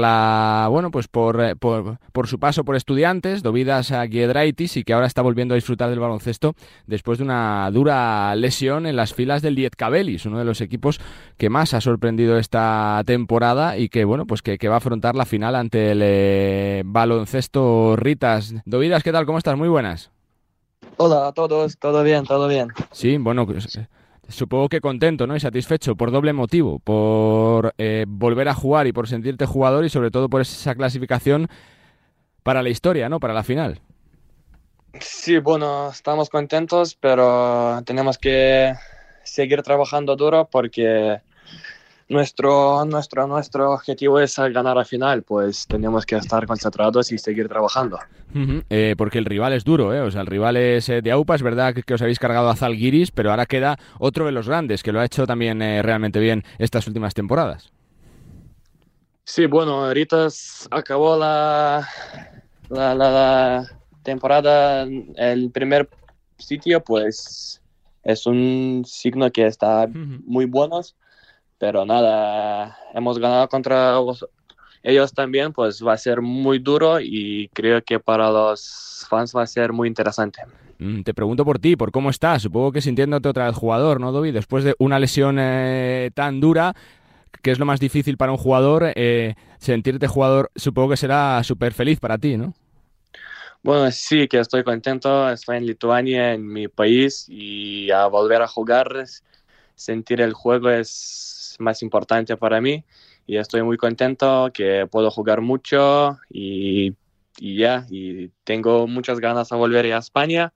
su paso por Estudiantes, Dovydas Giedraitis, y que ahora está volviendo a disfrutar del baloncesto después de una dura lesión en las filas del Lietkabelis, uno de los equipos que más ha sorprendido esta temporada y que que va a afrontar la final ante el baloncesto Ritas. Dovydas, ¿qué tal? ¿Cómo estás? Muy buenas. Hola a todos, todo bien. Sí, bueno, supongo que contento, ¿no? Y satisfecho por doble motivo, por volver a jugar y por sentirte jugador y sobre todo por esa clasificación para la historia, ¿no? Para la final. Sí, bueno, estamos contentos, pero tenemos que seguir trabajando duro porque nuestro objetivo es ganar la final, pues tenemos que estar concentrados y seguir trabajando. Porque el rival es duro, ¿eh? O sea, el rival es de AUPA, es verdad que os habéis cargado a Zalgiris, pero ahora queda otro de los grandes, que lo ha hecho también realmente bien estas últimas temporadas. Sí, bueno, Ritas acabó la temporada, el primer sitio, pues es un signo que está muy buenos. Pero nada, hemos ganado contra ellos también, pues va a ser muy duro y creo que para los fans va a ser muy interesante. Te pregunto por ti, por cómo estás. Supongo que sintiéndote otra vez jugador, ¿no, Dovi? Después de una lesión tan dura, que es lo más difícil para un jugador, sentirte jugador supongo que será súper feliz para ti, ¿no? Bueno, sí, que estoy contento. Estoy en Lituania, en mi país, y a volver a jugar, sentir el juego es más importante para mí y estoy muy contento que puedo jugar mucho y tengo muchas ganas de volver a España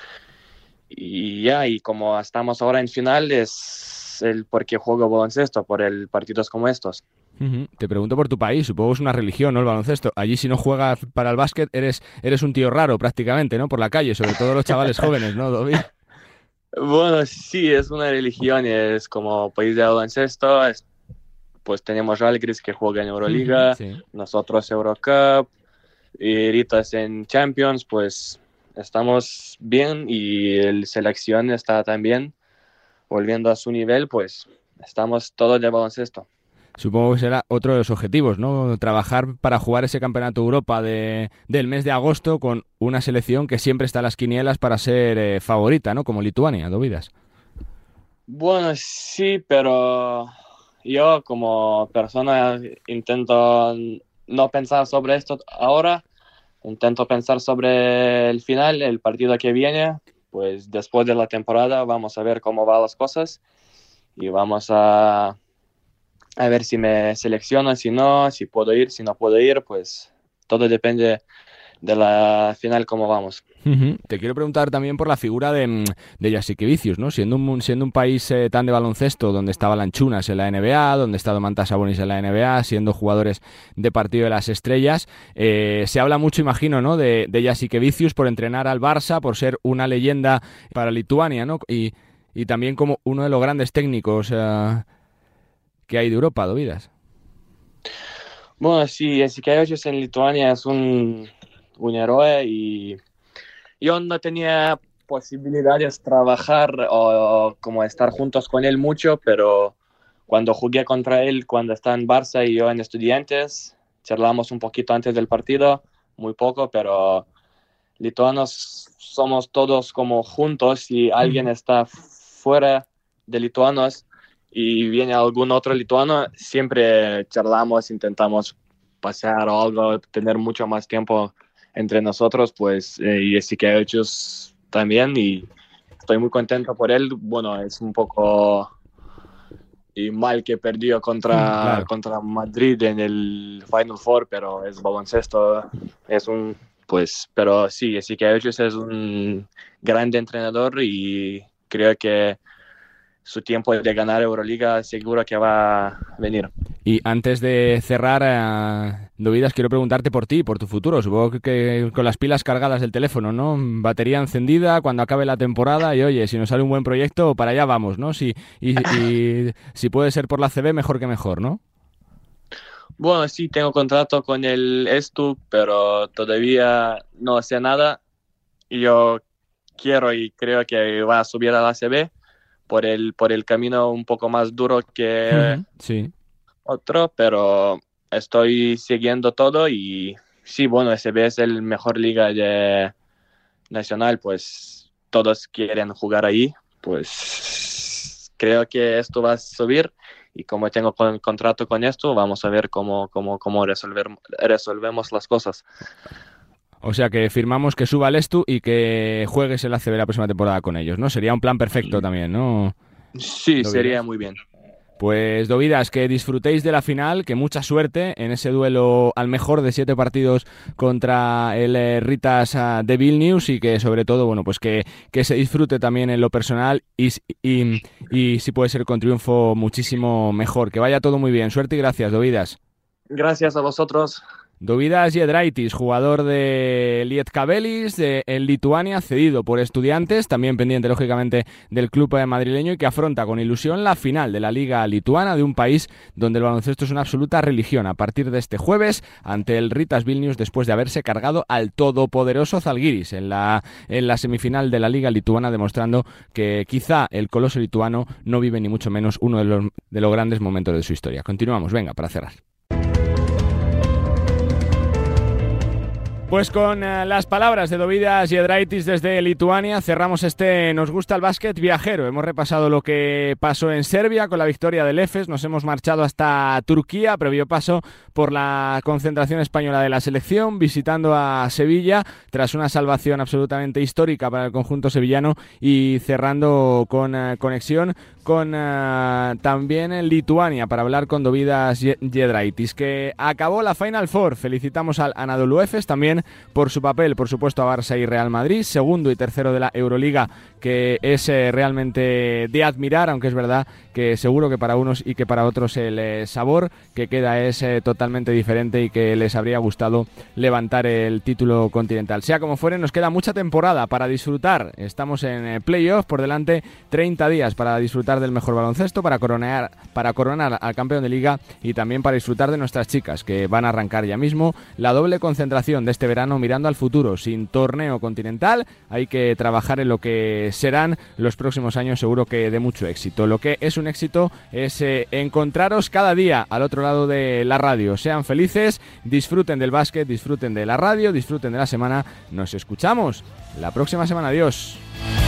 y como estamos ahora en final es el por qué juego baloncesto, por el partidos como estos. Te pregunto por tu país, supongo que es una religión, ¿no? El baloncesto. Allí si no juegas para el básquet eres un tío raro prácticamente, ¿no? Por la calle, sobre todo los chavales jóvenes, ¿no, Dovi? Bueno, sí, es una religión, es como país de baloncesto, pues tenemos Žalgiris que juega en Euroliga, sí. Nosotros Eurocup, y Ritas en Champions, pues estamos bien y la selección está también volviendo a su nivel, pues estamos todos de baloncesto. supongo que será otro de los objetivos, ¿no? Trabajar para jugar ese Campeonato de Europa del mes de agosto con una selección que siempre está en las quinielas para ser favorita, ¿no? Como Lituania, Dovydas. Bueno, sí, pero yo como persona intento no pensar sobre esto ahora, intento pensar sobre el final, el partido que viene, pues después de la temporada vamos a ver cómo van las cosas y vamos a ver si me seleccionan, si no, si puedo ir, si no puedo ir, pues todo depende de la final cómo vamos. Te quiero preguntar también por la figura de Jasikevičius, ¿no? Siendo un país tan de baloncesto, donde estaba Lanchunas en la NBA, donde está Domantas Sabonis en la NBA, siendo jugadores de partido de las estrellas, se habla mucho, imagino, ¿no? De Jasikevičius por entrenar al Barça, por ser una leyenda para Lituania, ¿no? Y también como uno de los grandes técnicos que hay de Europa, Dovydas. Bueno, sí, Jasikevičius en Lituania es un héroe y yo no tenía posibilidades de trabajar o como estar juntos con él mucho, pero cuando jugué contra él, cuando está en Barça y yo en Estudiantes, charlamos un poquito antes del partido, muy poco, pero lituanos somos todos como juntos y alguien está fuera de lituanos y viene algún otro lituano, siempre charlamos, intentamos pasear o algo, tener mucho más tiempo entre nosotros, pues, y Jasikevičius también, y estoy muy contento por él. Bueno, es un poco mal que perdió contra Madrid en el Final Four, pero es baloncesto, pero sí, Jasikevičius es un grande entrenador y creo que su tiempo de ganar Euroliga seguro que va a venir. Y antes de cerrar, Dovydas, quiero preguntarte por ti, por tu futuro. Supongo que con las pilas cargadas del teléfono, ¿no? Batería encendida cuando acabe la temporada y, oye, si nos sale un buen proyecto, para allá vamos, ¿no? Si puede ser por la CB, mejor que mejor, ¿no? Bueno, sí, tengo contrato con el Estu, pero todavía no sé nada. Yo quiero y creo que va a subir a la CB por el camino un poco más duro que otro, pero estoy siguiendo todo y sí, bueno, SB es el mejor liga nacional, pues todos quieren jugar ahí, pues creo que esto va a subir y como tengo contrato con esto, vamos a ver cómo resolvemos las cosas. O sea que firmamos que suba el Estu y que juegues el ACB la próxima temporada con ellos, ¿no? Sería un plan perfecto también, ¿no? Sí, Dovydas. Sería muy bien. Pues Dovydas, que disfrutéis de la final, que mucha suerte en ese duelo al mejor de 7 partidos contra el Ritas de Vilnius y que sobre todo, bueno, pues que se disfrute también en lo personal y si puede ser con triunfo muchísimo mejor. Que vaya todo muy bien. Suerte y gracias, Dovydas. Gracias a vosotros. Dovydas Giedraitis, jugador de Lietkabelis, en Lituania, cedido por Estudiantes, también pendiente, lógicamente, del club madrileño y que afronta con ilusión la final de la Liga Lituana de un país donde el baloncesto es una absoluta religión a partir de este jueves ante el Ritas Vilnius después de haberse cargado al todopoderoso Zalgiris en la semifinal de la Liga Lituana, demostrando que quizá el coloso lituano no vive ni mucho menos uno de los grandes momentos de su historia. Continuamos, venga, para cerrar. Pues con las palabras de Dovydas Giedraitis desde Lituania cerramos este Nos gusta el básquet viajero. Hemos repasado lo que pasó en Serbia con la victoria del Efes, nos hemos marchado hasta Turquía, previo paso por la concentración española de la selección, visitando a Sevilla tras una salvación absolutamente histórica para el conjunto sevillano y cerrando con conexión con también en Lituania para hablar con Dovydas Giedraitis, que acabó la Final Four. Felicitamos al Anadolu Efes también por su papel, por supuesto, a Barça y Real Madrid, segundo y tercero de la Euroliga, que es realmente de admirar, aunque es verdad que seguro que para unos y que para otros el sabor que queda es totalmente diferente y que les habría gustado levantar el título continental. Sea como fuere, nos queda mucha temporada para disfrutar. Estamos en playoff, por delante 30 días para disfrutar disfrutar del mejor baloncesto, para coronar al campeón de liga y también para disfrutar de nuestras chicas, que van a arrancar ya mismo la doble concentración de este verano mirando al futuro. Sin torneo continental hay que trabajar en lo que serán los próximos años, seguro que de mucho éxito. Lo que es un éxito es encontraros cada día al otro lado de la radio. Sean felices, disfruten del básquet, disfruten de la radio, disfruten de la semana. Nos escuchamos la próxima semana. Adiós.